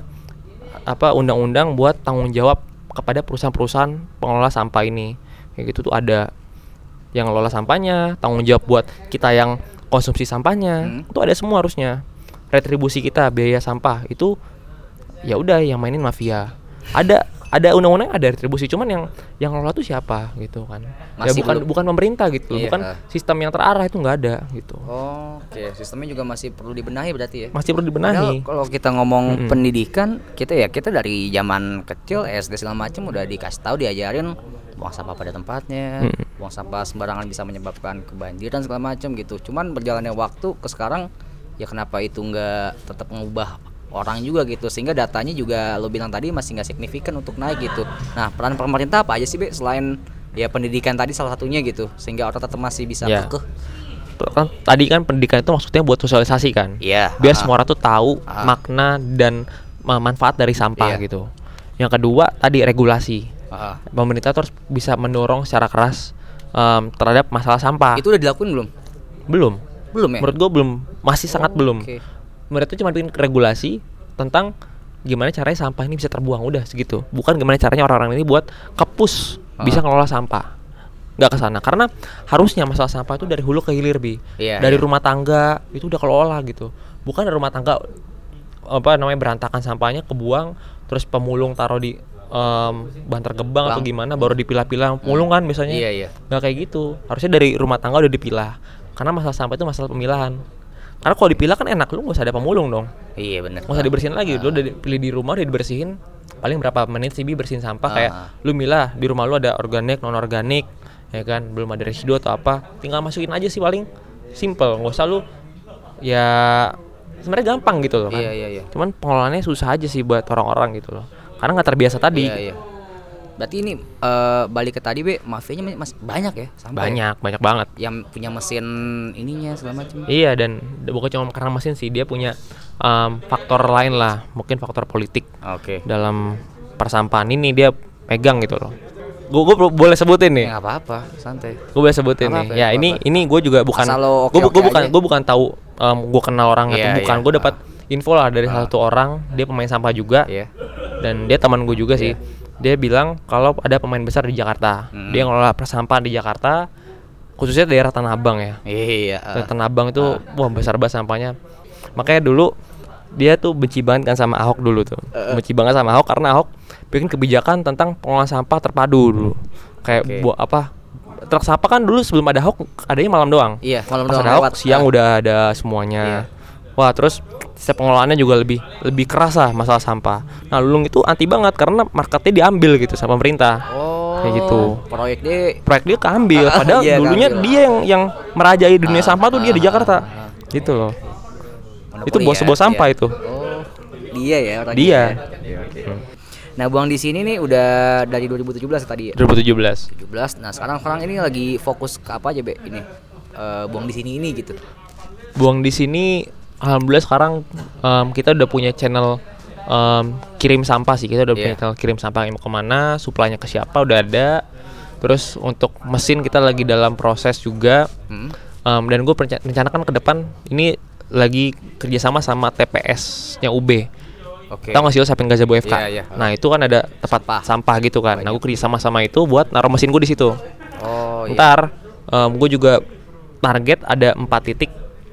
apa undang-undang buat tanggung jawab kepada perusahaan-perusahaan pengelola sampah ini. Kayak gitu tuh ada yang ngelola sampahnya, tanggung jawab buat kita yang konsumsi sampahnya. Hmm. Itu ada semua harusnya. Retribusi kita biaya sampah itu ya udah yang mainin mafia. Ada ada undang-undang, ada retribusi, cuman yang yang ngelola tuh siapa gitu kan. Ya Masih bukan belum- bukan pemerintah gitu, Iya. bukan sistem yang terarah, itu nggak ada gitu. Oh, oke, sistemnya juga masih perlu dibenahi berarti ya. Masih perlu Padahal dibenahi. kalau kita ngomong Mm-mm. pendidikan, kita ya kita dari zaman kecil S D segala macam udah dikasih tahu, diajarin buang sampah pada tempatnya, Mm-mm. buang sampah sembarangan bisa menyebabkan kebanjiran segala macam gitu. Cuman berjalannya waktu ke sekarang, ya kenapa itu nggak tetap mengubah orang juga gitu, sehingga datanya juga lo bilang tadi masih nggak signifikan untuk naik gitu. Nah, peran pemerintah apa aja sih, Be, selain ya pendidikan tadi salah satunya gitu, sehingga orang tetap masih bisa Ya. kekeh. Kan tadi kan pendidikan itu maksudnya buat sosialisasi kan. Iya. Biar ah, semua orang tuh tahu Ah. makna dan ma- manfaat dari sampah Iya. gitu. Yang kedua tadi regulasi. ah, ah. Pemerintah tuh harus bisa mendorong secara keras em, terhadap masalah sampah. Itu udah dilakuin belum? Belum. Belum ya? Menurut gua belum, masih sangat Oh, belum. oke. Mereka tuh cuma bikin regulasi tentang gimana caranya sampah ini bisa terbuang, udah segitu. Bukan gimana caranya orang-orang ini buat kepus bisa ngelola sampah. Nggak ke sana, karena harusnya masalah sampah itu dari hulu ke hilir, Bi. Iya, dari iya. rumah tangga itu udah kelola gitu. Bukan dari rumah tangga apa namanya berantakan sampahnya kebuang, terus pemulung taruh di em, bantar gebang atau Bang. gimana baru dipilah-pilah pemulung kan biasanya. Iya, iya. Nggak kayak gitu. Harusnya dari rumah tangga udah dipilah. Karena masalah sampah itu masalah pemilahan. Karena kalau dipilah kan enak, lu nggak usah ada pemulung dong. Iya benar. Nggak usah dibersihin lagi, lu udah pilih di rumah udah dibersihin. Paling berapa menit sih Bi bersihin sampah, kayak Ah. lu milah di rumah lu ada organik, non organik, ya kan, belum ada residu atau apa, tinggal masukin aja sih, paling simple, nggak usah lu ya sebenarnya gampang gitu loh kan. Iya, iya, iya. Cuman pengelolaannya susah aja sih buat orang-orang gitu loh. Karena nggak terbiasa tadi. Iya, iya. Berarti ini eh, balik ke tadi, Be, mafianya masih banyak ya, sampai Banyak, banyak banget. yang punya mesin ininya segala macam. Iya, dan bukan cuma karena mesin sih, dia punya em, faktor lain lah, mungkin faktor politik Oke. dalam persampahan ini dia pegang gitu loh. Gue gue boleh sebutin nih. Ya nggak apa-apa, santai. Gue boleh sebutin Apa-apa nih. ya, Ya ini apa-apa. ini gue juga bukan Asal lo gue oke-oke bukan aja. gue bukan tahu gue kenal orang Iya, atau bukan. iya. Gue dapat info lah dari Ah. salah satu orang, dia pemain sampah juga. Iya. Dan dia teman gue juga sih. Dia bilang kalau ada pemain besar di Jakarta. Hmm. Dia ngelola persampahan di Jakarta, khususnya daerah Tanah Abang ya. Iya. Daerah ah. Tanah Abang itu wah besar banget sampahnya. Makanya dulu dia tuh benci banget kan sama Ahok dulu tuh. Benci banget sama Ahok karena Ahok bikin kebijakan tentang pengolahan sampah terpadu dulu. Kayak Oke. buat apa? Truk sampah kan dulu sebelum ada Ahok adanya malam doang. Iya, malam Pas doang ada Ahok lewat. siang Ah. udah ada semuanya. Iya. Wah, terus setiap pengelolaannya juga lebih lebih keras lah masalah sampah. Nah, Lulung itu anti banget karena marketnya diambil gitu sama pemerintah. Oh. Kayak gitu. Proyek deh. Proyek dia keambil, Ah, padahal iya, dulunya keambil. dia yang yang merajai dunia Ah, sampah tuh dia di ah, Jakarta. ah, Gitu loh. Monopoli Itu bos-bos ya, sampah iya. itu. Oh. Dia ya orangnya. Dia. ya? Iya, oke. Nah, buang di sini nih udah dari dua ribu tujuh belas tadi ya. dua ribu tujuh belas. tujuh belas. Nah, sekarang sekarang ini lagi fokus ke apa aja, Be? Ini Eh, buang di sini ini gitu. Buang di sini alhamdulillah sekarang em, kita udah punya channel em, kirim sampah sih. Kita udah punya Iya. channel kirim sampah yang mau kemana, suplainya ke siapa udah ada. Terus untuk mesin kita lagi dalam proses juga. Hmm. Em, dan gue rencanakan ke depan ini lagi kerjasama sama T P S-nya U B. Oke. Tahu nggak sih lo Samping Gazebo F K? Iya, iya. Nah itu kan ada tempat Sampah. sampah, gitu kan. Nah gue kerjasama sama itu buat naruh mesin gue di situ. Oh, iya. Ntar gue juga target ada empat titik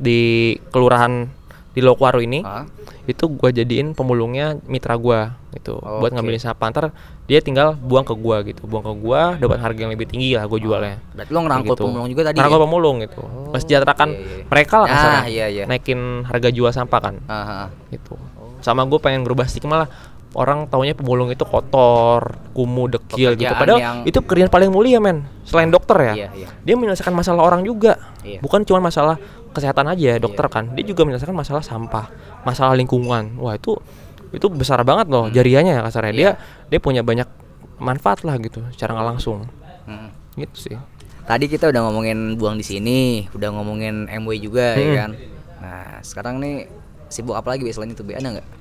di kelurahan di Lokwaru ini. Hah? Itu gue jadiin pemulungnya mitra gue gitu buat Oke. ngambilin sampah. Ntar dia tinggal buang ke gue gitu, buang ke gue dapat harga yang lebih tinggi lah gue jualnya. Berarti lo ngerangkul Gitu. pemulung juga tadi Ngerangkul ya? pemulung gitu, mensejahterakan iya, iya. mereka lah Ah, kasarnya. iya, iya. Naikin harga jual sampah kan Ah, ah. gitu. Sama gue pengen ngerubah stigma lah, orang taunya pemulung itu kotor, kumuh, dekil gitu. Pekerjaan Padahal yang- itu pekerjaan paling mulia men, selain dokter ya. Iya, iya. Dia menyelesaikan masalah orang juga, Iya. bukan cuma masalah kesehatan aja dokter kan. Dia juga menyelesaikan masalah sampah, masalah lingkungan. Wah itu itu besar banget loh jariahnya ya kasarnya. Dia dia punya banyak manfaat lah gitu, secara nggak langsung. Hmm. Gitu sih. Tadi kita udah ngomongin buang di sini, udah ngomongin M W juga ya Hmm. kan. Nah, sekarang nih sibuk apa lagi, Be, selain itu, Be? Ada nggak?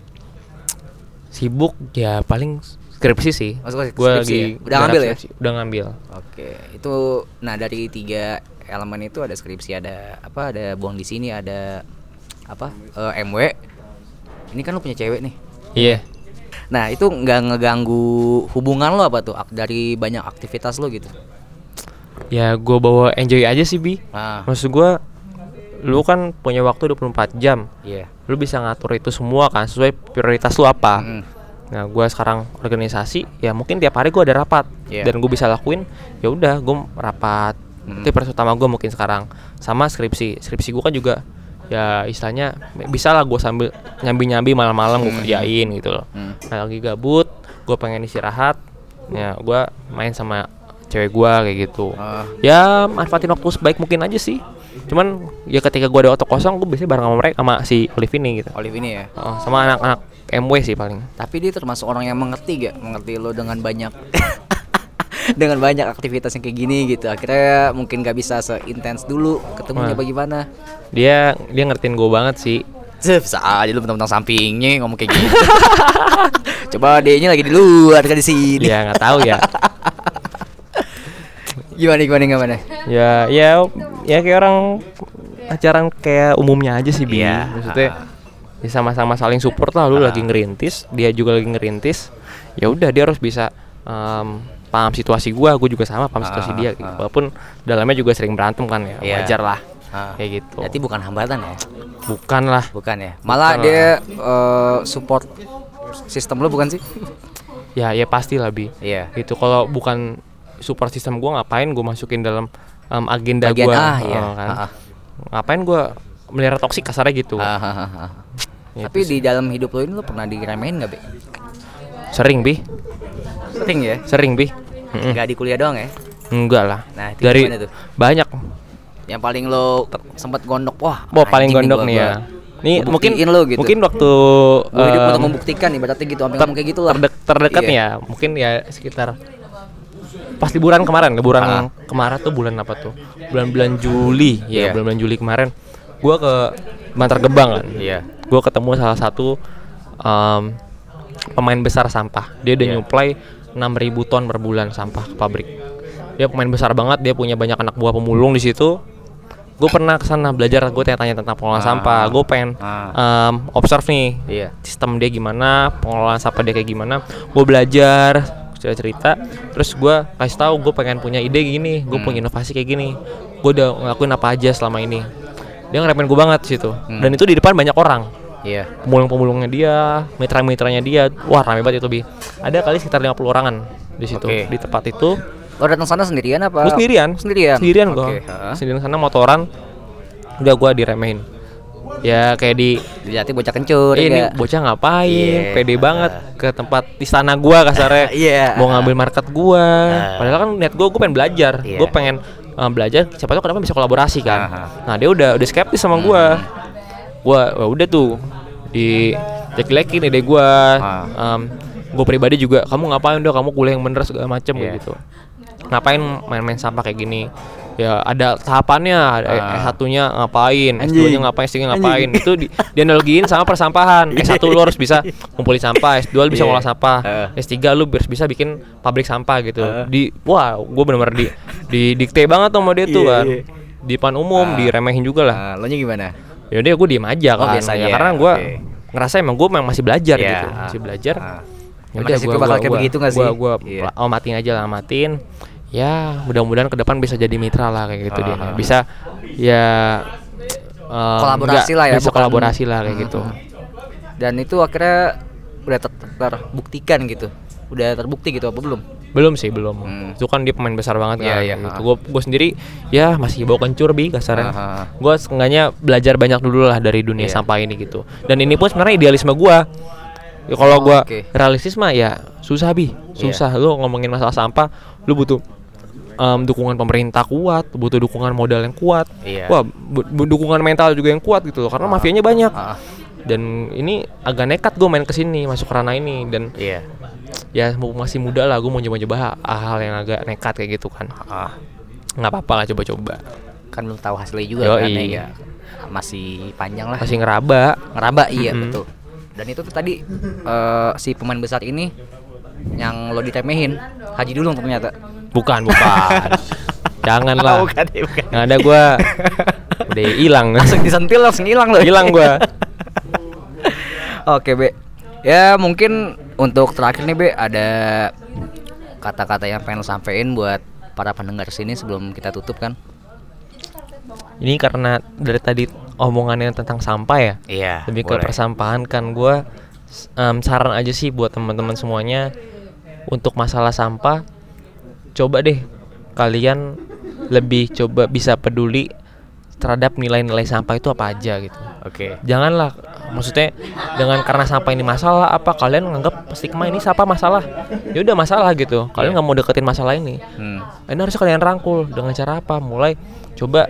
Sibuk ya paling skripsi sih. Oh, skripsi Gua ya? lagi Udah ngambil ya? skripsi. Udah ngambil. Oke, itu nah dari tiga elemen itu ada skripsi, ada apa? Ada buang di sini, ada apa? eh, M W. Ini kan lu punya cewek nih. Iya. Nah, itu nggak ngeganggu hubungan lo apa tuh ak- dari banyak aktivitas lo gitu? Ya gue bawa enjoy aja sih Bi. Ah, Maksud gue, lu kan punya waktu dua puluh empat jam. iya. Lu bisa ngatur itu semua kan sesuai prioritas lu apa. Mm. Nah, gue sekarang organisasi, ya mungkin tiap hari gue ada rapat Yeah. dan gue bisa lakuin. Ya udah, gue rapat. Mm. Itu prioritas utama gue mungkin sekarang. Sama skripsi, skripsi gue kan juga ya istilahnya bisa lah gue sambil nyambi-nyambi malam-malam gue Hmm. kerjain gitu loh. Hmm. Nah, lagi gabut, gue pengen istirahat, ya gue main sama cewek gue kayak gitu. Ah. Ya manfaatin waktu sebaik mungkin aja sih. Cuman ya ketika gue ada waktu kosong, gue biasanya bareng sama mereka, sama si Olive ini gitu. Olive ini ya. Oh, sama anak-anak M W sih paling. Tapi dia termasuk orang yang mengerti gak? Mengerti lo dengan banyak dengan banyak aktivitas yang kayak gini gitu. Akhirnya mungkin gak bisa seintens dulu ketemunya Wah. bagaimana. Dia dia ngertiin gue banget sih. Zef, aja lu mentang-mentang sampingnya ngomong kayak gitu. Coba dia lagi di luar kan di sini. Ya nggak tahu ya. Gimana gimana gimana? Ya ya ya kayak orang acara kayak umumnya aja sih, Bi. Iya. Maksudnya ya sama-sama saling support lah. Lu lagi ngerintis, dia juga lagi ngerintis. Ya udah, dia harus bisa em, paham situasi gua, gua juga sama paham situasi Ah, dia gitu. ah. Walaupun dalamnya juga sering berantem kan ya, Iya. wajar lah. Ah. Kayak gitu. Berarti bukan hambatan ya? Bukan lah. Bukan ya. Malah Bukan dia eh, support sistem lu bukan sih? Ya ya pasti lah, Bi. Iya. Gitu. Kalau bukan support system gua, ngapain gua masukin dalam em, agenda Bagian gua, A, iya. eh, kan? Ah, ah. Ngapain gua melihara toksik kasarnya gitu. Ah, ah, ah, ah. Gitu Tapi di dalam hidup lo ini lo pernah diremehin gak, Be? Sering, Bi. Sering ya? Sering, Bi. Mm-mm. Gak di kuliah doang ya? Enggak lah. Nah, itu Dari gimana tuh? banyak. Yang paling lo sempat gondok, wah Wah, paling anjing gondok gua- nih ya. gua- Nih gua mungkin buktiin lo gitu. mungkin waktu Gua hidup untuk em, membuktikan nih, berarti gitu, sampai ter- ngomong kayak gitu lah. terdek- terdekat Iya. nih ya. Mungkin ya sekitar pas liburan kemarin, liburan Ah. kemarin tuh bulan apa tuh? Bulan-bulan Juli, ya Iya. bulan-bulan Juli kemarin. Gua ke Bantar Gebang kan. Iya. Gua ketemu salah satu em, pemain besar sampah. Dia udah Iya. nyuplai enam ribu ton per bulan sampah ke pabrik. Dia pemain besar banget, dia punya banyak anak buah pemulung di situ. Gue pernah kesana belajar, gue tanya-tanya tentang pengelolaan Ah. sampah. Gue pengen Ah. em, observe nih Iya. sistem dia gimana, pengelolaan sampah dia kayak gimana. Gue belajar, cerita-cerita. Terus gue kasih tahu gue pengen punya ide gini, gue Hmm. punya inovasi kayak gini. Gue udah ngelakuin apa aja selama ini. Dia ngeremehin gue banget di situ. Hmm. Dan itu di depan banyak orang. Iya. Pemulung-pemulungnya dia, mitra-mitranya dia. Wah, rame banget itu, Bi. Ada kali sekitar lima puluh orangan di situ, Oke. di tempat itu. Lo datang sana sendirian apa? Gue sendirian, Sendirian. sendirian gue, Oke, heeh. sendirian sana motoran. Udah gue diremehin. Ya kayak di Dilihatin bocah kencur "Eh, ini ya. bocah ngapain, Iya. pede banget ke tempat istana gua kasarnya. Iya. Mau ngambil market gua. Ah. Padahal kan niat gua, gua pengen belajar. Iya. Gua pengen uh, belajar, siapa tahu kenapa bisa kolaborasi kan. Aha. Nah, dia udah udah skeptis sama gua. Gua wah, udah tuh di jelek-jelekin ide gua. Ah. Um, gua pribadi juga, kamu ngapain udah, kamu kuliah yang bener segala macem Iya. kayak gitu. Ngapain main-main sampah kayak gini? Ya ada tahapannya, ada Ah. S satunya ngapain, S Anjing. dua-nya ngapain, S tiga ngapain. Itu di, dianalogiin sama persampahan. S satu lu harus bisa ngumpulin sampah, S dua lu bisa Iya. ngolah sampah, Ah. S tiga lu harus bisa bikin pabrik sampah gitu. Ah. Di wah, gua bener-bener di di dikte banget tuh sama dia tuh Iya, kan. iya. Di depan umum, Ah. diremehin juga lah. Nah, lo nya gimana? Ya udah gue diem aja Oh, kan. biasa Ya, aja, karena gua oke. ngerasa emang gua memang masih belajar Iya, gitu, ah. masih belajar. Ah. Ya Emang udah resiko gua bakal gua, kayak gua, begitu nggak gua, sih? gua, Iya. oh, matiin aja lah, matiin. Ya mudah-mudahan ke depan bisa jadi mitra lah kayak gitu dia. Ah. Bisa ya em, Kolaborasi nggak, lah ya, bisa bukan- kolaborasi lah kayak Hmm. gitu. Dan itu akhirnya udah ter- terbuktikan gitu. Udah terbukti gitu apa belum? Belum sih, belum. Hmm. Itu kan dia pemain besar banget Iya, kan. iya, Gitu. ah. Gue gue sendiri ya masih bawa kencur bi kasarnya. Ah, ah, ah. Gue seenggaknya belajar banyak dulu lah dari dunia Iya. sampah ini gitu. Dan ini pun sebenarnya idealisme gue. Ya, kalau Oh, gue oke. realistis mah ya susah bi, susah. Lu ngomongin masalah sampah, lu butuh em, dukungan pemerintah kuat, butuh dukungan modal yang kuat. Iya. Wah, bu- bu- dukungan mental juga yang kuat gitu loh. Karena mafianya banyak. Ah, ah. Dan ini agak nekat gue main kesini, masuk ke ranah ini. Dan Iya. ya mu- masih muda lah, gue mau coba-coba hal yang agak nekat kayak gitu kan. Ah. Nggak apa-apa lah, coba-coba. Kan belum tahu hasilnya juga Yoi. kan ya. Masih panjang lah. Masih ngeraba. Ngeraba iya Mm-mm. betul. Dan itu tuh tadi eh, si pemain besar ini yang lo ditemehin Haji Dulung ternyata. Bukan, bukan. Jangan lah. Bukan, ya, bukan. Nggak ada gue. Udah hilang. Langsung disentil langsung hilang loh. Hilang gue. Oke, Be. Ya, mungkin untuk terakhir nih, Be, ada kata-kata yang pengen lo sampein buat para pendengar sini sebelum kita tutup kan? Ini karena dari tadi omongannya tentang sampah ya. Iya. Lebih ke persampahan kan, gue S- em, saran aja sih buat teman-teman semuanya untuk masalah sampah, coba deh kalian lebih coba bisa peduli terhadap nilai-nilai sampah itu apa aja gitu. Oke. Janganlah, maksudnya dengan karena sampah ini masalah apa kalian nganggap stigma ini sampah masalah. Ya udah masalah gitu. Kalian nggak mau deketin masalah ini. Hmm. Ini harus kalian rangkul dengan cara apa? Mulai coba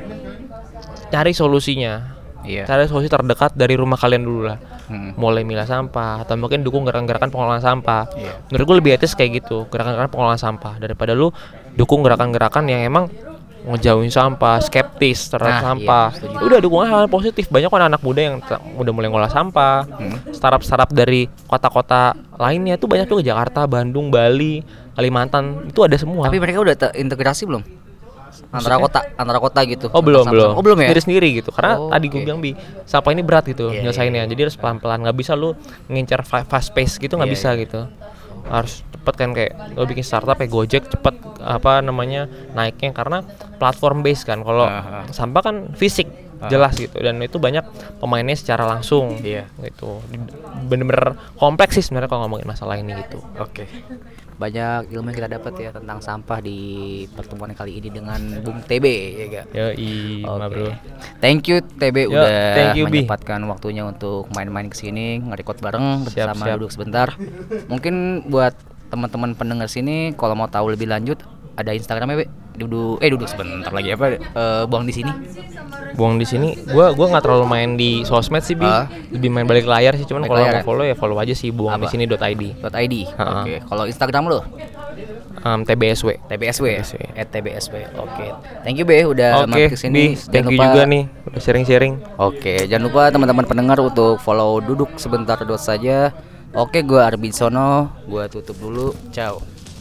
cari solusinya. Iya. Cari solusi terdekat dari rumah kalian dulu lah. Hmm. Mulai milah sampah atau mungkin dukung gerakan-gerakan pengelolaan sampah. Iya. Menurut gue lebih etis kayak gitu, gerakan-gerakan pengelolaan sampah daripada lu dukung gerakan-gerakan yang emang ngejauhin sampah, skeptis terhadap Nah, sampah. iya, setuju. Udah dukung hal positif. Banyak kan anak muda yang t- udah mulai ngolah sampah. Hmm. Startup-startup dari kota-kota lainnya tuh banyak juga, Jakarta, Bandung, Bali, Kalimantan, itu ada semua. Tapi mereka udah terintegrasi belum? Antara Maksudnya? kota antara kota gitu. Oh belum Sama-sama. belum. Oh belum ya? Sendiri-sendiri gitu. Karena Oh, tadi oke. gue bilang bi, sampah ini berat gitu Iya, nyelesainnya. iya, Jadi harus pelan-pelan. Nggak bisa lu ngincar fa- fast pace gitu, nggak Iya, bisa iya. gitu. Harus cepet kan, kayak lo bikin startup kayak Gojek cepet apa namanya naiknya karena platform base kan. Kalau Aha. sampah kan fisik jelas gitu, dan itu banyak pemainnya secara langsung. Iya. Gitu. Bener-bener kompleks sih sebenarnya kalau ngomongin masalah ini gitu. Oke. Banyak ilmu yang kita dapat ya tentang sampah di pertemuan kali ini dengan Bung T B ya gak? Yoi, Oke. Ma bro. Thank you T B Yo, udah thank you, Bi. menyempatkan waktunya untuk main-main ke sini, nge-record bareng Siap, bersama siap. Duduk Sebentar. Mungkin buat teman-teman pendengar sini kalau mau tahu lebih lanjut ada Instagramnya, Be. Duduk eh duduk sebentar lagi apa? Eh, buang di sini. Buang di sini, gua gua nggak terlalu main di sosmed sih bi, Ah. lebih main balik layar sih. Cuman Balik kalau layar mau ya? follow ya follow aja sih buang di Apa? sini .id. .id. Ha-ha. Oke. Kalau Instagram lo? Um, T B S W. T B S W ya? T B S W. at T B S W. Oke. Thank you Be udah Oke, mampir ke sini. Bi, thank you juga nih udah sharing-sharing. Oke, jangan lupa teman-teman pendengar untuk follow Duduk Sebentar dot saja. Oke, gua Arbin Sono, gua tutup dulu. Ciao.